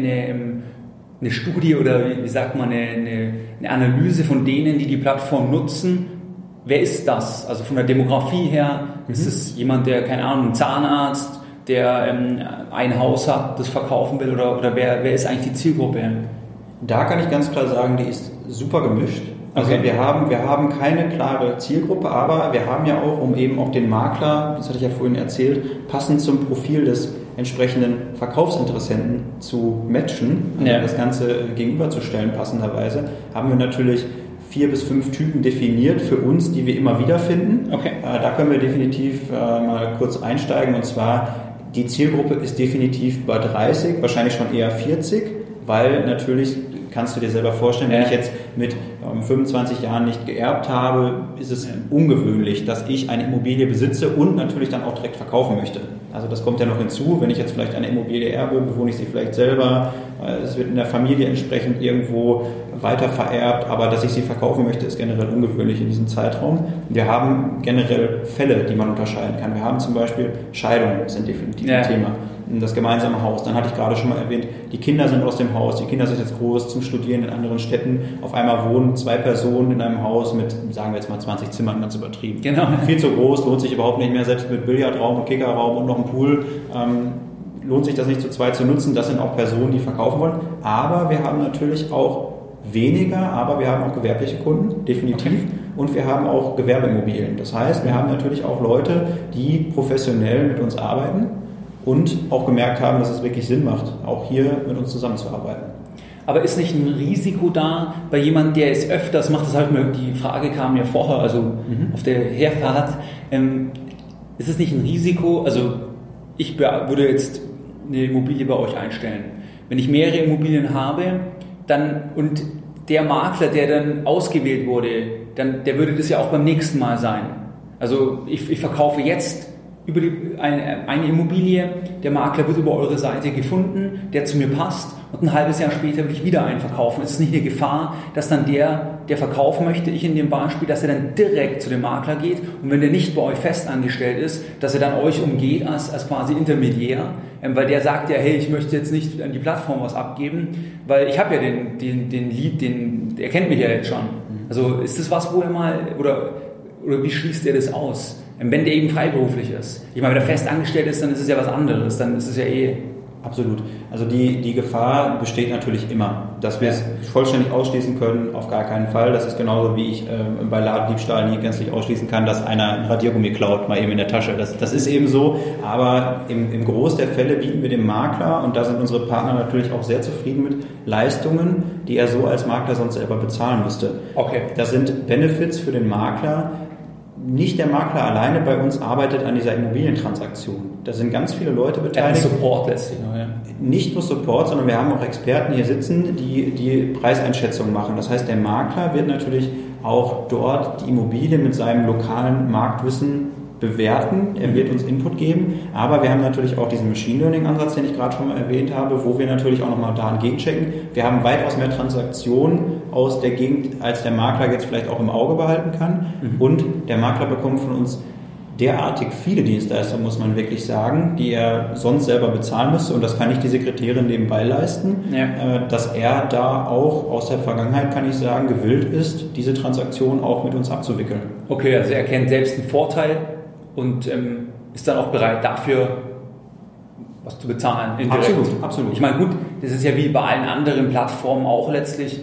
eine Studie oder wie sagt man, eine Analyse von denen, die Plattform nutzen? Wer ist das? Also von der Demografie her, ist es jemand, der, keine Ahnung, ein Zahnarzt, der ein Haus hat, das verkaufen will, oder wer ist eigentlich die Zielgruppe? Da kann ich ganz klar sagen, die ist super gemischt. Also okay. wir haben keine klare Zielgruppe, aber wir haben ja auch, um eben auch den Makler, das hatte ich ja vorhin erzählt, passend zum Profil des entsprechenden Verkaufsinteressenten zu matchen, das Ganze gegenüberzustellen passenderweise, haben wir natürlich 4 bis 5 Typen definiert für uns, die wir immer wieder finden. Okay. Da können wir definitiv mal kurz einsteigen, und zwar die Zielgruppe ist definitiv bei 30, wahrscheinlich schon eher 40, weil natürlich kannst du dir selber vorstellen, wenn ich jetzt mit 25 Jahren nicht geerbt habe, ist es ungewöhnlich, dass ich eine Immobilie besitze und natürlich dann auch direkt verkaufen möchte. Also das kommt ja noch hinzu, wenn ich jetzt vielleicht eine Immobilie erbe, bewohne ich sie vielleicht selber, es wird in der Familie entsprechend irgendwo weiter vererbt, aber dass ich sie verkaufen möchte, ist generell ungewöhnlich in diesem Zeitraum. Wir haben generell Fälle, die man unterscheiden kann. Wir haben zum Beispiel Scheidungen, sind definitiv ein Thema. Das gemeinsame Haus, dann hatte ich gerade schon mal erwähnt, die Kinder sind aus dem Haus, die Kinder sind jetzt groß zum Studieren in anderen Städten, auf einmal wohnen 2 Personen in einem Haus mit, sagen wir jetzt mal 20 Zimmern, ganz übertrieben. Genau. Viel zu groß, lohnt sich überhaupt nicht mehr, selbst mit Billardraum und Kickerraum und noch einem Pool, lohnt sich das nicht zu zweit zu nutzen. Das sind auch Personen, die verkaufen wollen, aber wir haben natürlich auch weniger, aber wir haben auch gewerbliche Kunden, definitiv. Okay. Und wir haben auch Gewerbeimmobilien. Das heißt, wir haben natürlich auch Leute, die professionell mit uns arbeiten und auch gemerkt haben, dass es wirklich Sinn macht, auch hier mit uns zusammenzuarbeiten. Aber ist nicht ein Risiko da bei jemandem, der es öfters macht? Das halt mir, die Frage kam ja vorher, also auf der Herfahrt. Ist es nicht ein Risiko? Also ich würde jetzt eine Immobilie bei euch einstellen. Wenn ich mehrere Immobilien habe, dann und der Makler, der dann ausgewählt wurde, der würde das ja auch beim nächsten Mal sein. Also ich verkaufe jetzt über eine Immobilie, der Makler wird über eure Seite gefunden, der zu mir passt, und ein halbes Jahr später will ich wieder einen verkaufen. Es ist nicht eine Gefahr, dass dann der verkaufen möchte, ich in dem Beispiel, dass er dann direkt zu dem Makler geht, und wenn der nicht bei euch fest angestellt ist, dass er dann euch umgeht als quasi Intermediär, weil der sagt ja, hey, ich möchte jetzt nicht an die Plattform was abgeben, weil ich habe ja den Lead, der kennt mich ja jetzt schon. Also ist das was, wo er mal, oder wie schließt er das aus? Wenn der eben freiberuflich ist. Ich meine, wenn er fest angestellt ist, dann ist es ja was anderes, dann ist es ja Absolut. Also die Gefahr besteht natürlich immer. Dass wir es vollständig ausschließen können, auf gar keinen Fall. Das ist genauso, wie ich bei Ladendiebstahl nie gänzlich ausschließen kann, dass einer ein Radiergummi klaut, mal eben in der Tasche. Das ist eben so. Aber im Groß der Fälle bieten wir dem Makler, und da sind unsere Partner natürlich auch sehr zufrieden mit, Leistungen, die er so als Makler sonst selber bezahlen müsste. Okay. Das sind Benefits für den Makler. Nicht der Makler alleine bei uns arbeitet an dieser Immobilientransaktion. Da sind ganz viele Leute beteiligt. Support letztlich noch, ja. Nicht nur Support, sondern wir haben auch Experten hier sitzen, die Preiseinschätzungen machen. Das heißt, der Makler wird natürlich auch dort die Immobilie mit seinem lokalen Marktwissen bewerten. Er wird uns Input geben, aber wir haben natürlich auch diesen Machine Learning Ansatz, den ich gerade schon mal erwähnt habe, wo wir natürlich auch nochmal Daten gegenchecken. Wir haben weitaus mehr Transaktionen aus der Gegend, als der Makler jetzt vielleicht auch im Auge behalten kann. Und der Makler bekommt von uns derartig viele Dienstleistungen, muss man wirklich sagen, die er sonst selber bezahlen müsste, und das kann nicht die Sekretärin nebenbei leisten, dass er da auch aus der Vergangenheit, kann ich sagen, gewillt ist, diese Transaktion auch mit uns abzuwickeln. Okay, also er kennt selbst einen Vorteil und ist dann auch bereit dafür, was zu bezahlen. Indirekt. Absolut. Ich meine, gut, das ist ja wie bei allen anderen Plattformen auch letztlich,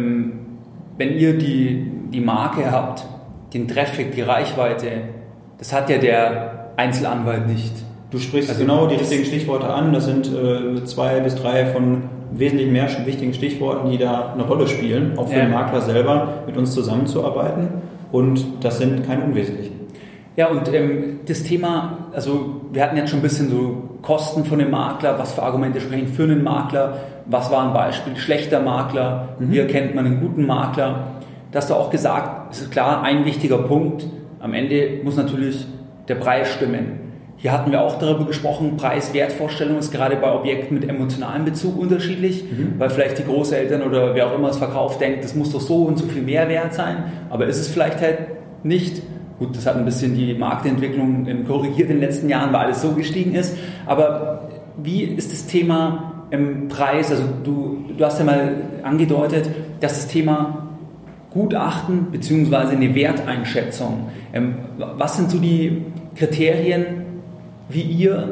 wenn ihr die Marke habt, den Traffic, die Reichweite, das hat ja der Einzelanwalt nicht. Du sprichst genau die richtigen Stichworte an. Das sind 2 bis 3 von wesentlich mehr wichtigen Stichworten, die da eine Rolle spielen, auch für den Makler selber, mit uns zusammenzuarbeiten. Und das sind keine unwesentlichen. Ja, und das Thema, also wir hatten jetzt schon ein bisschen so Kosten von dem Makler, was für Argumente sprechen für einen Makler, was war ein Beispiel, schlechter Makler, wie erkennt man einen guten Makler. Da hast du auch gesagt, es ist klar, ein wichtiger Punkt, am Ende muss natürlich der Preis stimmen. Hier hatten wir auch darüber gesprochen, Preis-Wert-Vorstellung ist gerade bei Objekten mit emotionalem Bezug unterschiedlich, weil vielleicht die Großeltern oder wer auch immer es verkauft denkt, das muss doch so und so viel mehr wert sein, aber ist es vielleicht halt nicht. Gut, das hat ein bisschen die Marktentwicklung korrigiert in den letzten Jahren, weil alles so gestiegen ist, aber wie ist das Thema Preis, also du hast ja mal angedeutet, dass das Thema Gutachten bzw. eine Werteinschätzung, was sind so die Kriterien, wie ihr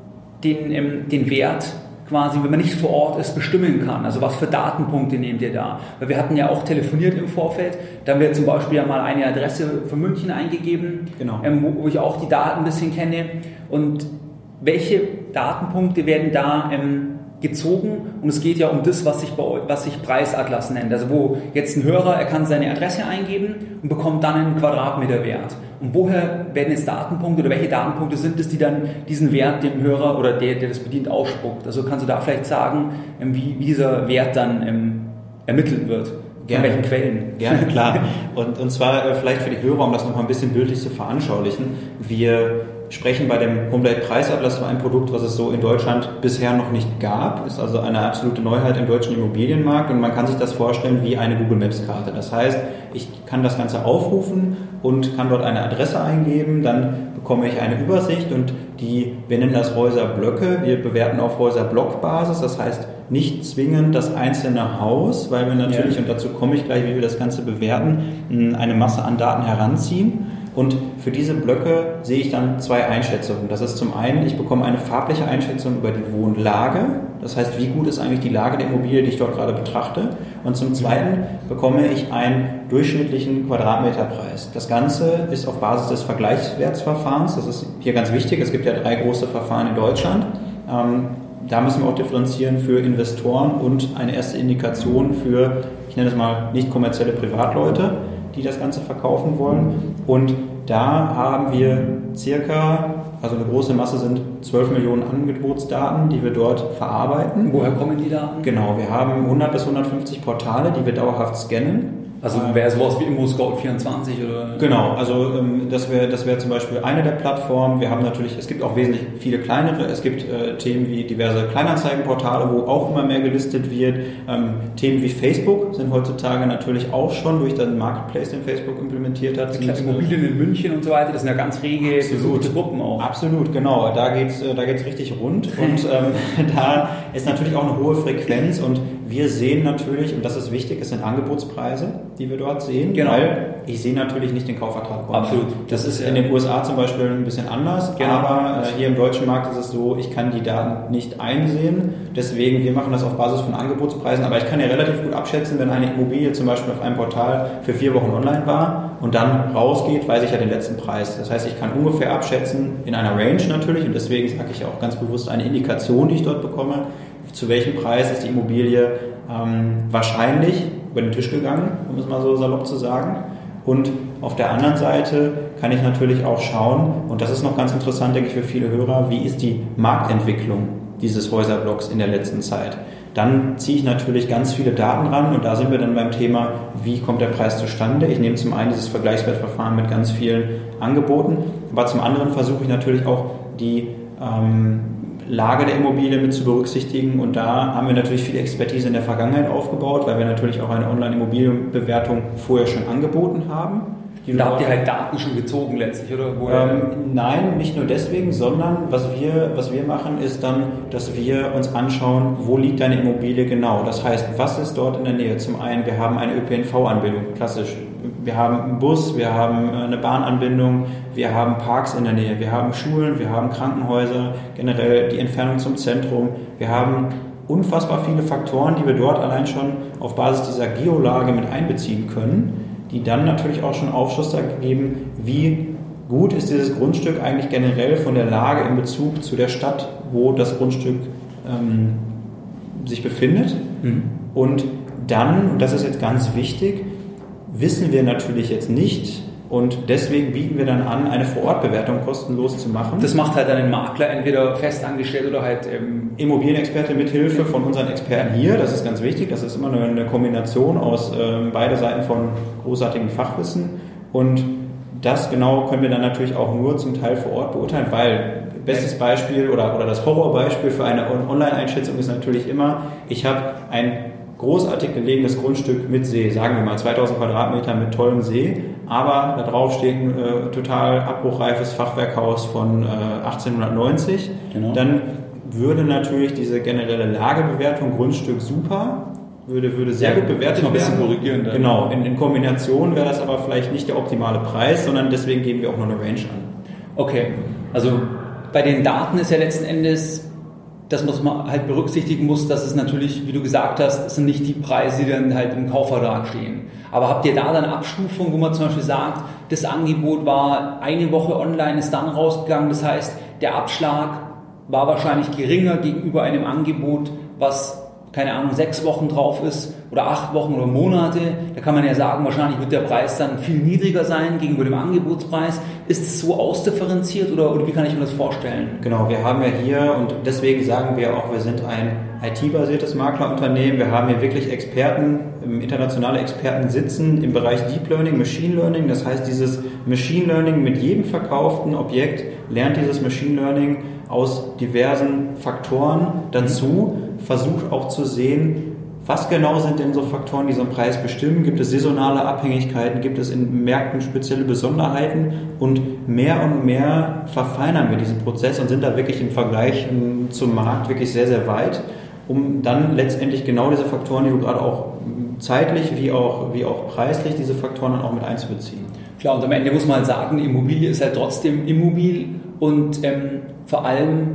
den Wert quasi, wenn man nicht vor Ort ist, bestimmen kann? Also was für Datenpunkte nehmt ihr da? Weil wir hatten ja auch telefoniert im Vorfeld, da haben wir zum Beispiel ja mal eine Adresse für München eingegeben, genau. Wo ich auch die Daten ein bisschen kenne. Und welche Datenpunkte werden da gezogen? Und es geht ja um das, was sich Preisatlas nennt. Also wo jetzt ein Hörer, er kann seine Adresse eingeben und bekommt dann einen Quadratmeterwert. Und woher werden jetzt Datenpunkte oder welche Datenpunkte sind es, die dann diesen Wert dem Hörer oder der das bedient, ausspuckt? Also kannst du da vielleicht sagen, wie dieser Wert dann ermittelt wird? Gerne. Von welchen Quellen? Gerne, klar. Und zwar vielleicht für die Hörer, um das nochmal ein bisschen bildlich zu veranschaulichen. Wir sprechen bei dem Homedate Preisatlas über ein Produkt, was es so in Deutschland bisher noch nicht gab. Ist also eine absolute Neuheit im deutschen Immobilienmarkt und man kann sich das vorstellen wie eine Google Maps Karte. Das heißt, ich kann das Ganze aufrufen und kann dort eine Adresse eingeben, dann bekomme ich eine Übersicht und wir nennen das Häuserblöcke. Wir bewerten auf Häuserblockbasis, das heißt nicht zwingend das einzelne Haus, weil wir natürlich, und dazu komme ich gleich, wie wir das Ganze bewerten, eine Masse an Daten heranziehen. Und für diese Blöcke sehe ich dann zwei Einschätzungen. Das ist zum einen, ich bekomme eine farbliche Einschätzung über die Wohnlage. Das heißt, wie gut ist eigentlich die Lage der Immobilie, die ich dort gerade betrachte. Und zum zweiten bekomme ich einen durchschnittlichen Quadratmeterpreis. Das Ganze ist auf Basis des Vergleichswertsverfahrens. Das ist hier ganz wichtig. Es gibt ja 3 große Verfahren in Deutschland. Da müssen wir auch differenzieren für Investoren und eine erste Indikation für, ich nenne es mal, nicht kommerzielle Privatleute, die das Ganze verkaufen wollen. Und da haben wir also eine große Masse sind 12 Millionen Angebotsdaten, die wir dort verarbeiten. Woher kommen die Daten? Genau, wir haben 100 bis 150 Portale, die wir dauerhaft scannen. Also wäre sowas wie ImmoScout24 oder? Genau, also das wäre zum Beispiel eine der Plattformen. Wir haben natürlich, es gibt auch wesentlich viele kleinere. Es gibt Themen wie diverse Kleinanzeigenportale, wo auch immer mehr gelistet wird. Themen wie Facebook sind heutzutage natürlich auch schon durch den Marketplace, den Facebook implementiert hat. Immobilien in München und so weiter, das sind ja ganz rege besuchte Gruppen auch. Absolut, genau. Da geht's richtig rund und da ist natürlich auch eine hohe Frequenz und wir sehen natürlich, und das ist wichtig, es sind Angebotspreise, die wir dort sehen, genau. Weil ich sehe natürlich nicht den Kaufvertrag. Absolut. Das ist in den USA zum Beispiel ein bisschen anders, genau. Aber hier im deutschen Markt ist es so, ich kann die Daten nicht einsehen, deswegen, wir machen das auf Basis von Angebotspreisen, aber ich kann ja relativ gut abschätzen, wenn eine Immobilie zum Beispiel auf einem Portal für 4 Wochen online war und dann rausgeht, weiß ich ja den letzten Preis. Das heißt, ich kann ungefähr abschätzen, in einer Range natürlich, und deswegen sage ich auch ganz bewusst eine Indikation, die ich dort bekomme, zu welchem Preis ist die Immobilie wahrscheinlich über den Tisch gegangen, um es mal so salopp zu sagen. Und auf der anderen Seite kann ich natürlich auch schauen, und das ist noch ganz interessant, denke ich, für viele Hörer, wie ist die Marktentwicklung dieses Häuserblocks in der letzten Zeit. Dann ziehe ich natürlich ganz viele Daten ran und da sind wir dann beim Thema, wie kommt der Preis zustande. Ich nehme zum einen dieses Vergleichswertverfahren mit ganz vielen Angeboten, aber zum anderen versuche ich natürlich auch die Lage der Immobilie mit zu berücksichtigen und da haben wir natürlich viel Expertise in der Vergangenheit aufgebaut, weil wir natürlich auch eine Online-Immobilienbewertung vorher schon angeboten haben. Da habt ihr halt Daten schon gezogen letztlich, oder? Nein, nicht nur deswegen, sondern was wir machen ist dann, dass wir uns anschauen, wo liegt deine Immobilie genau. Das heißt, was ist dort in der Nähe? Zum einen, wir haben eine ÖPNV-Anbindung, klassisch. Wir haben einen Bus, wir haben eine Bahnanbindung, wir haben Parks in der Nähe, wir haben Schulen, wir haben Krankenhäuser, generell die Entfernung zum Zentrum. Wir haben unfassbar viele Faktoren, die wir dort allein schon auf Basis dieser Geolage mit einbeziehen können, die dann natürlich auch schon Aufschluss geben, wie gut ist dieses Grundstück eigentlich generell von der Lage in Bezug zu der Stadt, wo das Grundstück sich befindet. Mhm. Und dann, und das ist jetzt ganz wichtig, wissen wir natürlich jetzt nicht und deswegen bieten wir dann an, eine Vorortbewertung kostenlos zu machen. Das macht halt dann ein Makler entweder festangestellt oder halt Immobilienexperte mit Hilfe von unseren Experten hier. Das ist ganz wichtig. Das ist immer eine Kombination aus beide Seiten von großartigem Fachwissen und das genau können wir dann natürlich auch nur zum Teil vor Ort beurteilen, weil bestes Beispiel oder das Horrorbeispiel für eine Online-Einschätzung ist natürlich immer, ich habe ein großartig gelegenes Grundstück mit See, sagen wir mal 2000 Quadratmeter mit tollem See, aber da drauf steht ein total abbruchreifes Fachwerkhaus von 1890. Genau. Dann würde natürlich diese generelle Lagebewertung Grundstück super, würde sehr gut bewertet werden. Ein bisschen korrigieren. Dann. Genau, in Kombination wäre das aber vielleicht nicht der optimale Preis, sondern deswegen geben wir auch nur eine Range an. Okay, also bei den Daten ist ja letzten Endes, dass man halt berücksichtigen muss, dass es natürlich, wie du gesagt hast, das sind nicht die Preise, die dann halt im Kaufvertrag stehen. Aber habt ihr da dann Abstufung, wo man zum Beispiel sagt, das Angebot war eine Woche online, ist dann rausgegangen, das heißt, der Abschlag war wahrscheinlich geringer gegenüber einem Angebot, was, keine Ahnung, 6 Wochen drauf ist oder 8 Wochen oder Monate. Da kann man ja sagen, wahrscheinlich wird der Preis dann viel niedriger sein gegenüber dem Angebotspreis. Ist es so ausdifferenziert oder wie kann ich mir das vorstellen? Genau, wir haben ja hier, und deswegen sagen wir auch, wir sind ein IT-basiertes Maklerunternehmen. Wir haben hier wirklich Experten, internationale Experten sitzen im Bereich Deep Learning, Machine Learning. Das heißt, dieses Machine Learning mit jedem verkauften Objekt lernt dieses Machine Learning aus diversen Faktoren dazu, versucht auch zu sehen, was genau sind denn so Faktoren, die so einen Preis bestimmen? Gibt es saisonale Abhängigkeiten? Gibt es in Märkten spezielle Besonderheiten? Und mehr verfeinern wir diesen Prozess und sind da wirklich im Vergleich zum Markt wirklich sehr, sehr weit, um dann letztendlich genau diese Faktoren, die du gerade auch zeitlich wie auch preislich, diese Faktoren dann auch mit einzubeziehen. Klar, und am Ende muss man halt sagen, Immobilie ist halt trotzdem immobil und vor allem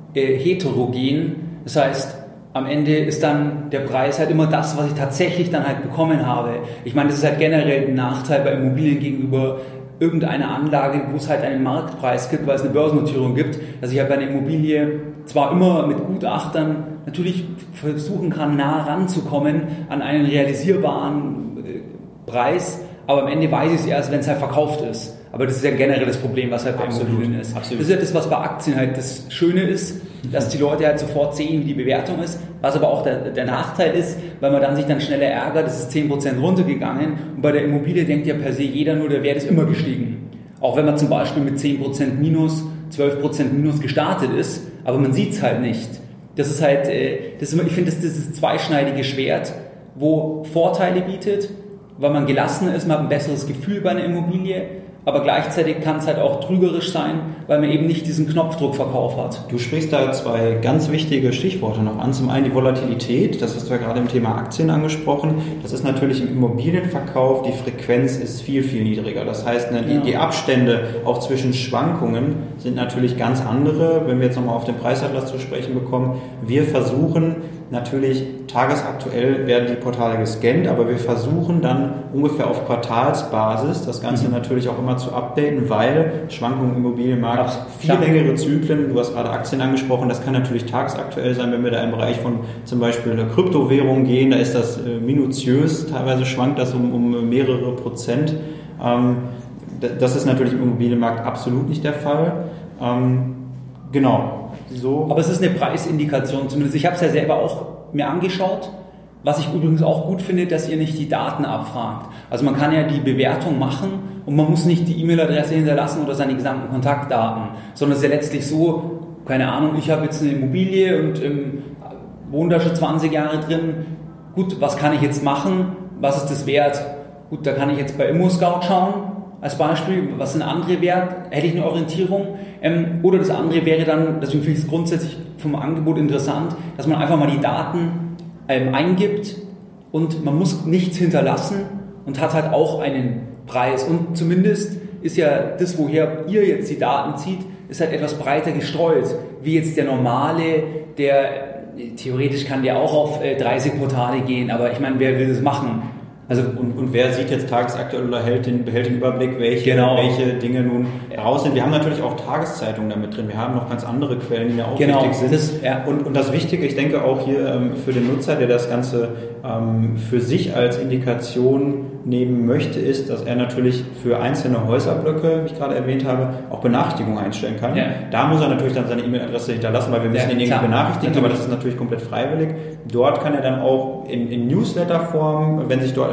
heterogen. Das heißt, am Ende ist dann der Preis halt immer das, was ich tatsächlich dann halt bekommen habe. Ich meine, das ist halt generell ein Nachteil bei Immobilien gegenüber irgendeiner Anlage, wo es halt einen Marktpreis gibt, weil es eine Börsennotierung gibt, dass ich halt bei einer Immobilie zwar immer mit Gutachtern natürlich versuchen kann, nah ranzukommen an einen realisierbaren Preis, aber am Ende weiß ich es erst, wenn es halt verkauft ist. Aber das ist ja generell das Problem, was halt bei Immobilien ist. Absolut. Das ist ja das, was bei Aktien halt das Schöne ist, dass die Leute halt sofort sehen, wie die Bewertung ist, was aber auch der Nachteil ist, weil man dann sich dann schneller ärgert, es ist 10% runtergegangen und bei der Immobilie denkt ja per se jeder nur, der Wert ist immer gestiegen. Auch wenn man zum Beispiel mit 10% minus, 12% minus gestartet ist, aber man sieht es halt nicht. Das ist halt, ich finde, das ist das zweischneidige Schwert, wo Vorteile bietet, weil man gelassener ist, man hat ein besseres Gefühl bei einer Immobilie, aber gleichzeitig kann es halt auch trügerisch sein, weil man eben nicht diesen Knopfdruckverkauf hat. Du sprichst da 2 ganz wichtige Stichworte noch an. Zum einen die Volatilität, das hast du ja gerade im Thema Aktien angesprochen. Das ist natürlich im Immobilienverkauf, die Frequenz ist viel, viel niedriger. Das heißt, die Abstände auch zwischen Schwankungen sind natürlich ganz andere. Wenn wir jetzt nochmal auf den Preisatlas zu sprechen bekommen, wir versuchen natürlich, tagesaktuell werden die Portale gescannt, aber wir versuchen dann ungefähr auf Quartalsbasis das Ganze natürlich auch immer zu updaten, weil Schwankungen im Immobilienmarkt viel längere Zyklen, du hast gerade Aktien angesprochen, das kann natürlich tagesaktuell sein, wenn wir da im Bereich von zum Beispiel einer Kryptowährung gehen, da ist das minutiös, teilweise schwankt das um mehrere Prozent. Das ist natürlich im Immobilienmarkt absolut nicht der Fall. Genau. So. Aber es ist eine Preisindikation, zumindest. Ich habe es ja selber auch mir angeschaut, was ich übrigens auch gut finde, dass ihr nicht die Daten abfragt. Also man kann ja die Bewertung machen und man muss nicht die E-Mail-Adresse hinterlassen oder seine gesamten Kontaktdaten, sondern es ist ja letztlich so, keine Ahnung, ich habe jetzt eine Immobilie und wohne da schon 20 Jahre drin. Gut, was kann ich jetzt machen? Was ist das wert? Gut, da kann ich jetzt bei ImmoScout schauen. Als Beispiel, was sind andere Wert? Hätte ich eine Orientierung? Oder das andere wäre dann, deswegen finde ich es grundsätzlich vom Angebot interessant, dass man einfach mal die Daten eingibt und man muss nichts hinterlassen und hat halt auch einen Preis. Und zumindest ist ja das, woher ihr jetzt die Daten zieht, ist halt etwas breiter gestreut, wie jetzt der normale, der theoretisch kann der auch auf 30 Portale gehen, aber ich meine, wer will das machen? Also und wer sieht jetzt tagesaktuell oder behält den Überblick, welche Dinge nun raus sind. Wir haben natürlich auch Tageszeitungen damit drin. Wir haben noch ganz andere Quellen, die ja auch wichtig sind. Und das Wichtige, ich denke auch hier für den Nutzer, der das Ganze für sich als Indikation nehmen möchte, ist, dass er natürlich für einzelne Häuserblöcke, wie ich gerade erwähnt habe, auch Benachrichtigungen einstellen kann. Ja. Da muss er natürlich dann seine E-Mail-Adresse hinterlassen, weil wir müssen ihn irgendwie benachrichtigen, aber das ist natürlich komplett freiwillig. Dort kann er dann auch in Newsletter-Form, wenn sich dort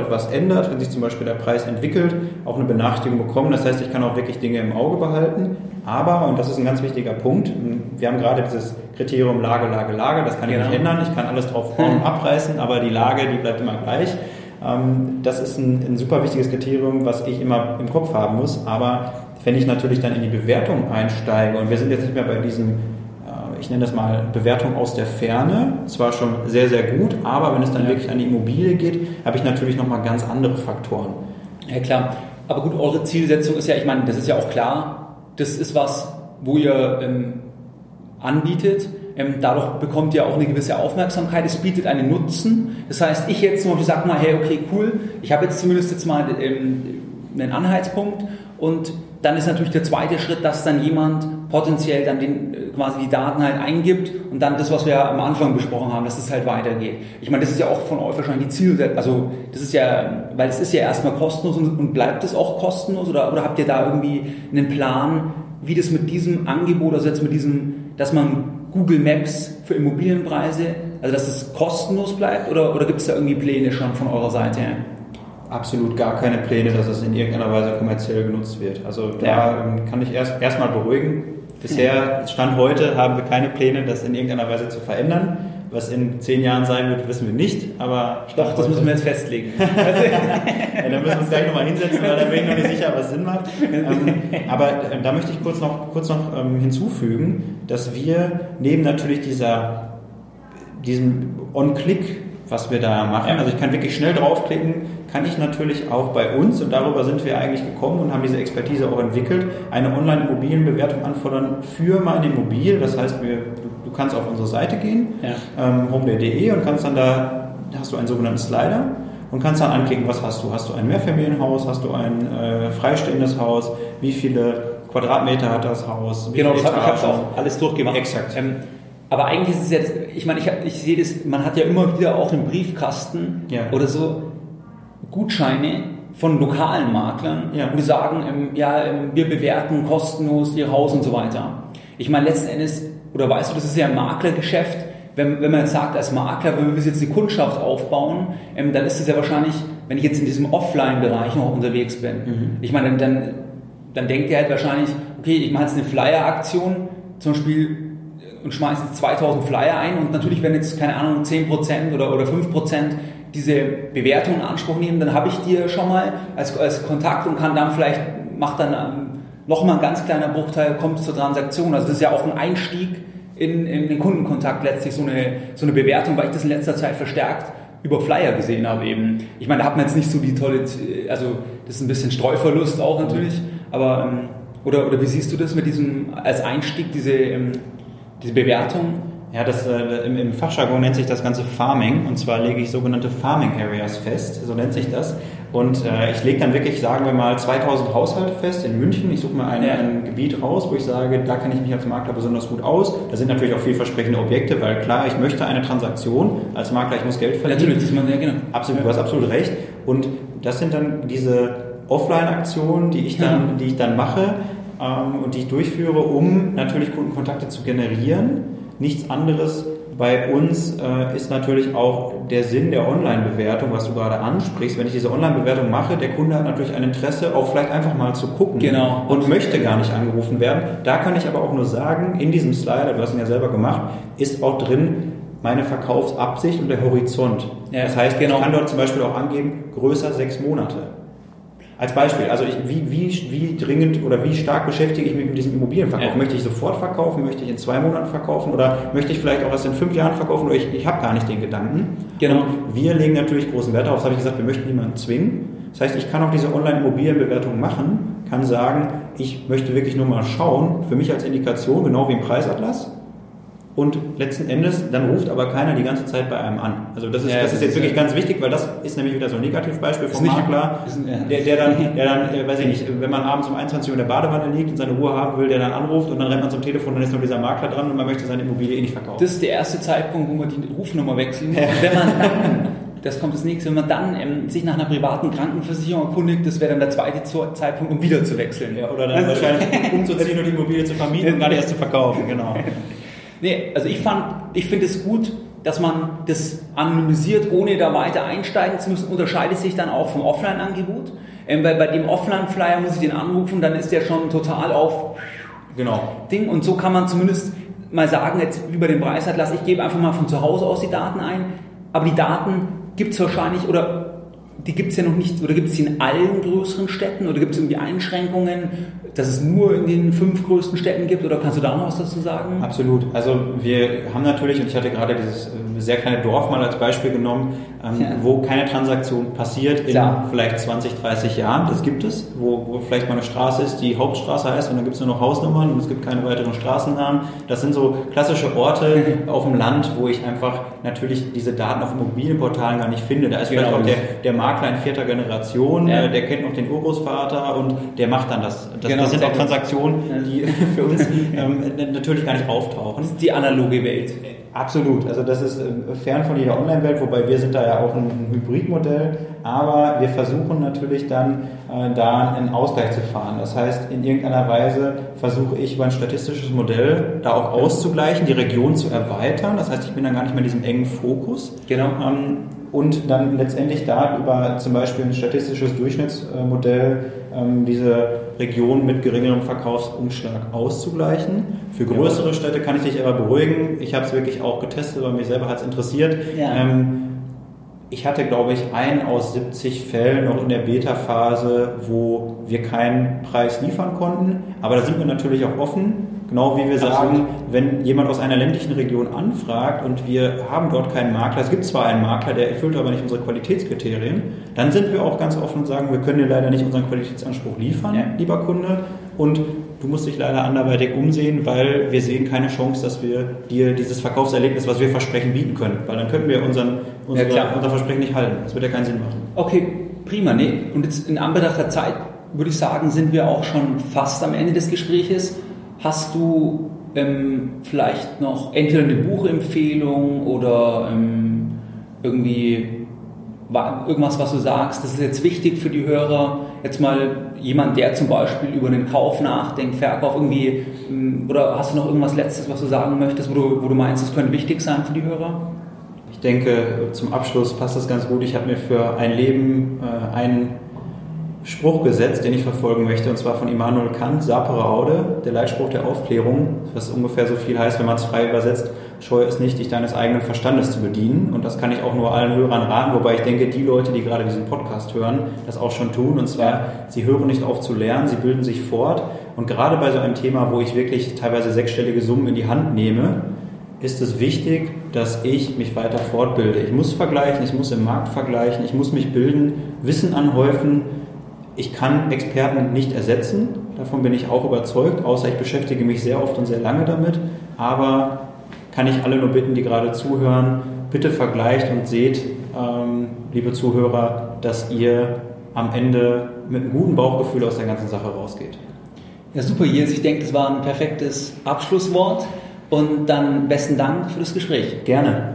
etwas ändert, wenn sich zum Beispiel der Preis entwickelt, auch eine Benachrichtigung bekommen. Das heißt, ich kann auch wirklich Dinge im Auge behalten. Aber, und das ist ein ganz wichtiger Punkt, wir haben gerade dieses Kriterium Lage, das kann ich nicht ändern. Ich kann alles drauf bauen und abreißen, aber die Lage, die bleibt immer gleich. Das ist ein super wichtiges Kriterium, was ich immer im Kopf haben muss. Aber wenn ich natürlich dann in die Bewertung einsteige, und wir sind jetzt nicht mehr bei diesem, ich nenne das mal Bewertung aus der Ferne, zwar schon sehr, sehr gut, aber wenn es dann wirklich an die Immobilie geht, habe ich natürlich nochmal ganz andere Faktoren. Ja klar, aber gut, eure Zielsetzung ist ja, ich meine, das ist ja auch klar, das ist was, wo ihr anbietet. Dadurch bekommt ihr auch eine gewisse Aufmerksamkeit, es bietet einen Nutzen. Das heißt, ich jetzt zum Beispiel sage mal, hey, okay, cool, ich habe jetzt zumindest mal einen Anhaltspunkt, und dann ist natürlich der zweite Schritt, dass dann jemand potenziell dann quasi die Daten halt eingibt und dann das, was wir ja am Anfang besprochen haben, dass es halt weitergeht. Ich meine, das ist ja auch von euch wahrscheinlich die Zielsetzung, also das ist ja, weil es ist ja erstmal kostenlos und bleibt es auch kostenlos, oder habt ihr da irgendwie einen Plan, wie das mit diesem Angebot, also jetzt mit diesem, dass man Google Maps für Immobilienpreise, also dass es kostenlos bleibt, oder gibt es da irgendwie Pläne schon von eurer Seite? Absolut gar keine Pläne, dass es in irgendeiner Weise kommerziell genutzt wird. Also da kann ich erstmal beruhigen. Bisher, Stand heute, haben wir keine Pläne, das in irgendeiner Weise zu verändern. Was in 10 Jahren sein wird, wissen wir nicht. Aber doch, das müssen wir jetzt festlegen. Ja, dann müssen wir uns gleich nochmal hinsetzen, weil da bin ich noch nicht sicher, was Sinn macht. Aber da möchte ich kurz noch hinzufügen, dass wir neben natürlich diesem On-Click, was wir da machen, also ich kann wirklich schnell draufklicken, kann ich natürlich auch bei uns, und darüber sind wir eigentlich gekommen und haben diese Expertise auch entwickelt, eine Online-Immobilienbewertung anfordern für meine Immobilie. Das heißt, du kannst auf unsere Seite gehen, homeday.de, und kannst dann da hast du einen sogenannten Slider und kannst dann anklicken, was hast du? Hast du ein Mehrfamilienhaus? Hast du ein freistehendes Haus? Wie viele Quadratmeter hat das Haus? Genau, ich habe es auch alles durchgemacht. Exakt. Aber eigentlich ist es jetzt, ich meine, ich sehe das, man hat ja immer wieder auch im Briefkasten oder so Gutscheine von lokalen Maklern, die sagen, wir bewerten kostenlos ihr Haus und so weiter. Ich meine, letzten Endes, oder weißt du, das ist ja ein Maklergeschäft, wenn man jetzt sagt, als Makler, wenn wir jetzt eine Kundschaft aufbauen, dann ist es ja wahrscheinlich, wenn ich jetzt in diesem Offline-Bereich noch unterwegs bin, ich meine, dann denkt ihr halt wahrscheinlich, okay, ich mache jetzt eine Flyer-Aktion, zum Beispiel, und schmeiße jetzt 2000 Flyer ein, und natürlich, wenn jetzt, keine Ahnung, 10% oder 5% diese Bewertung in Anspruch nehmen, dann habe ich dir schon mal als Kontakt und kann dann vielleicht, macht dann nochmal ein ganz kleiner Bruchteil, kommt zur Transaktion. Also das ist ja auch ein Einstieg in den Kundenkontakt letztlich, so eine Bewertung, weil ich das in letzter Zeit verstärkt über Flyer gesehen habe eben. Ich meine, da hat man jetzt nicht so die tolle, also das ist ein bisschen Streuverlust auch natürlich, aber oder wie siehst du das mit diesem, als Einstieg, diese Bewertung? Ja, im Fachjargon nennt sich das Ganze Farming, und zwar lege ich sogenannte Farming Areas fest, so nennt sich das. Und ich lege dann wirklich, sagen wir mal, 2000 Haushalte fest in München. Ich suche mal ein Gebiet raus, wo ich sage, da kenne ich mich als Makler besonders gut aus. Da sind natürlich auch vielversprechende Objekte, weil klar, ich möchte eine Transaktion als Makler, ich muss Geld verdienen. Natürlich, das man, ja genau. Absolut, du hast absolut recht. Und das sind dann diese Offline-Aktionen, die ich dann mache, und die ich durchführe, um natürlich Kundenkontakte zu generieren. Nichts anderes bei uns ist natürlich auch der Sinn der Online-Bewertung, was du gerade ansprichst. Wenn ich diese Online-Bewertung mache, der Kunde hat natürlich ein Interesse, auch vielleicht einfach mal zu gucken und möchte gar nicht angerufen werden. Da kann ich aber auch nur sagen, in diesem Slider, du hast ihn ja selber gemacht, ist auch drin meine Verkaufsabsicht und der Horizont. Ja, das heißt, ich kann dort zum Beispiel auch angeben, größer 6 Monate. Als Beispiel, also wie dringend oder wie stark beschäftige ich mich mit diesem Immobilienverkauf? Ja. Möchte ich sofort verkaufen? Möchte ich in 2 Monaten verkaufen? Oder möchte ich vielleicht auch erst in 5 Jahren verkaufen? Oder ich habe gar nicht den Gedanken. Genau. Und wir legen natürlich großen Wert darauf, das habe ich gesagt, wir möchten niemanden zwingen. Das heißt, ich kann auch diese Online-Immobilienbewertung machen, kann sagen, ich möchte wirklich nur mal schauen, für mich als Indikation, genau wie im Preisatlas. Und letzten Endes, dann ruft aber keiner die ganze Zeit bei einem an. Also das ist jetzt wirklich ganz wichtig, weil das ist nämlich wieder so ein Negativbeispiel vom Makler, der dann, weiß ich nicht, wenn man abends um 21 Uhr in der Badewanne liegt und seine Ruhe haben will, der dann anruft und dann rennt man zum Telefon, dann ist noch dieser Makler dran und man möchte seine Immobilie nicht verkaufen. Das ist der erste Zeitpunkt, wo man die Rufnummer wechseln muss. Und wenn man dann, das kommt das nächste, wenn man dann sich nach einer privaten Krankenversicherung erkundigt, das wäre dann der zweite Zeitpunkt, um wieder zu wechseln. Ja, oder dann wahrscheinlich umzuziehen und die Immobilie zu vermieten und gar nicht erst zu verkaufen, genau. Nee, also ich finde es gut, dass man das anonymisiert, ohne da weiter einsteigen zu müssen, unterscheidet sich dann auch vom Offline-Angebot. Weil bei dem Offline-Flyer muss ich den anrufen, dann ist der schon total auf Ding. Und so kann man zumindest mal sagen, jetzt wie bei dem Preisatlas, ich gebe einfach mal von zu Hause aus die Daten ein, aber die Daten gibt es wahrscheinlich, oder die gibt es ja noch nicht, oder gibt es die in allen größeren Städten, oder gibt es irgendwie Einschränkungen, dass es nur in den 5 größten Städten gibt, oder kannst du da noch was dazu sagen? Absolut. Also wir haben natürlich, und ich hatte gerade dieses sehr kleine Dorf mal als Beispiel genommen, wo keine Transaktion passiert in vielleicht 20, 30 Jahren. Das gibt es, wo vielleicht mal eine Straße ist, die Hauptstraße heißt, und dann gibt es nur noch Hausnummern und es gibt keine weiteren Straßennamen. Das sind so klassische Orte auf dem Land, wo ich einfach natürlich diese Daten auf Immobilienportalen gar nicht finde. Da ist vielleicht auch der Makler in 4. Generation, der kennt noch den Urgroßvater und der macht dann das. Das sind auch Transaktionen, die für uns natürlich gar nicht auftauchen. Das ist die analoge Welt. Absolut. Also das ist fern von jeder Online-Welt, wobei wir sind da ja auch ein Hybridmodell. Aber wir versuchen natürlich dann da einen Ausgleich zu fahren. Das heißt, in irgendeiner Weise versuche ich über ein statistisches Modell da auch auszugleichen, die Region zu erweitern. Das heißt, ich bin dann gar nicht mehr in diesem engen Fokus. Genau. Und dann letztendlich da über zum Beispiel ein statistisches Durchschnittsmodell diese Region mit geringerem Verkaufsumschlag auszugleichen. Für größere Städte kann ich dich aber beruhigen. Ich habe es wirklich auch getestet, weil mich selber hat es interessiert. Ja. Ich hatte, glaube ich, 1 aus 70 Fällen noch in der Beta-Phase, wo wir keinen Preis liefern konnten. Aber da sind wir natürlich auch offen. Genau wie wir sagen, wenn jemand aus einer ländlichen Region anfragt und wir haben dort keinen Makler, es gibt zwar einen Makler, der erfüllt aber nicht unsere Qualitätskriterien, dann sind wir auch ganz offen und sagen, wir können dir leider nicht unseren Qualitätsanspruch liefern, lieber Kunde, und du musst dich leider anderweitig umsehen, weil wir sehen keine Chance, dass wir dir dieses Verkaufserlebnis, was wir versprechen, bieten können, weil dann könnten wir unser Versprechen nicht halten. Das wird ja keinen Sinn machen. Okay, prima. Nee. Und jetzt in Anbetracht der Zeit, würde ich sagen, sind wir auch schon fast am Ende des Gespräches. Hast du vielleicht noch entweder eine Buchempfehlung oder irgendwie irgendwas, was du sagst, das ist jetzt wichtig für die Hörer, jetzt mal jemand, der zum Beispiel über einen Kauf nachdenkt, Verkauf irgendwie, oder hast du noch irgendwas Letztes, was du sagen möchtest, wo du meinst, das könnte wichtig sein für die Hörer? Ich denke, zum Abschluss passt das ganz gut. Ich habe mir für ein Leben einen Spruch gesetzt, den ich verfolgen möchte, und zwar von Immanuel Kant, Sapere Aude, der Leitspruch der Aufklärung, was ungefähr so viel heißt, wenn man es frei übersetzt: Scheue es nicht, dich deines eigenen Verstandes zu bedienen. Und das kann ich auch nur allen Hörern raten, wobei ich denke, die Leute, die gerade diesen Podcast hören, das auch schon tun. Und zwar, sie hören nicht auf zu lernen, sie bilden sich fort. Und gerade bei so einem Thema, wo ich wirklich teilweise 6-stellige Summen in die Hand nehme, ist es wichtig, dass ich mich weiter fortbilde. Ich muss vergleichen, ich muss im Markt vergleichen, ich muss mich bilden, Wissen anhäufen. Ich kann Experten nicht ersetzen, davon bin ich auch überzeugt, außer ich beschäftige mich sehr oft und sehr lange damit. Aber kann ich alle nur bitten, die gerade zuhören, bitte vergleicht und seht, liebe Zuhörer, dass ihr am Ende mit einem guten Bauchgefühl aus der ganzen Sache rausgeht. Ja, super, Jens. Ich denke, das war ein perfektes Abschlusswort. Und dann besten Dank für das Gespräch. Gerne.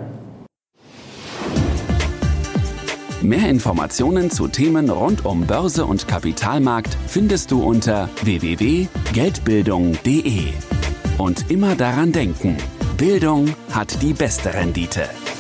Mehr Informationen zu Themen rund um Börse und Kapitalmarkt findest du unter www.geldbildung.de. Und immer daran denken: Bildung hat die beste Rendite.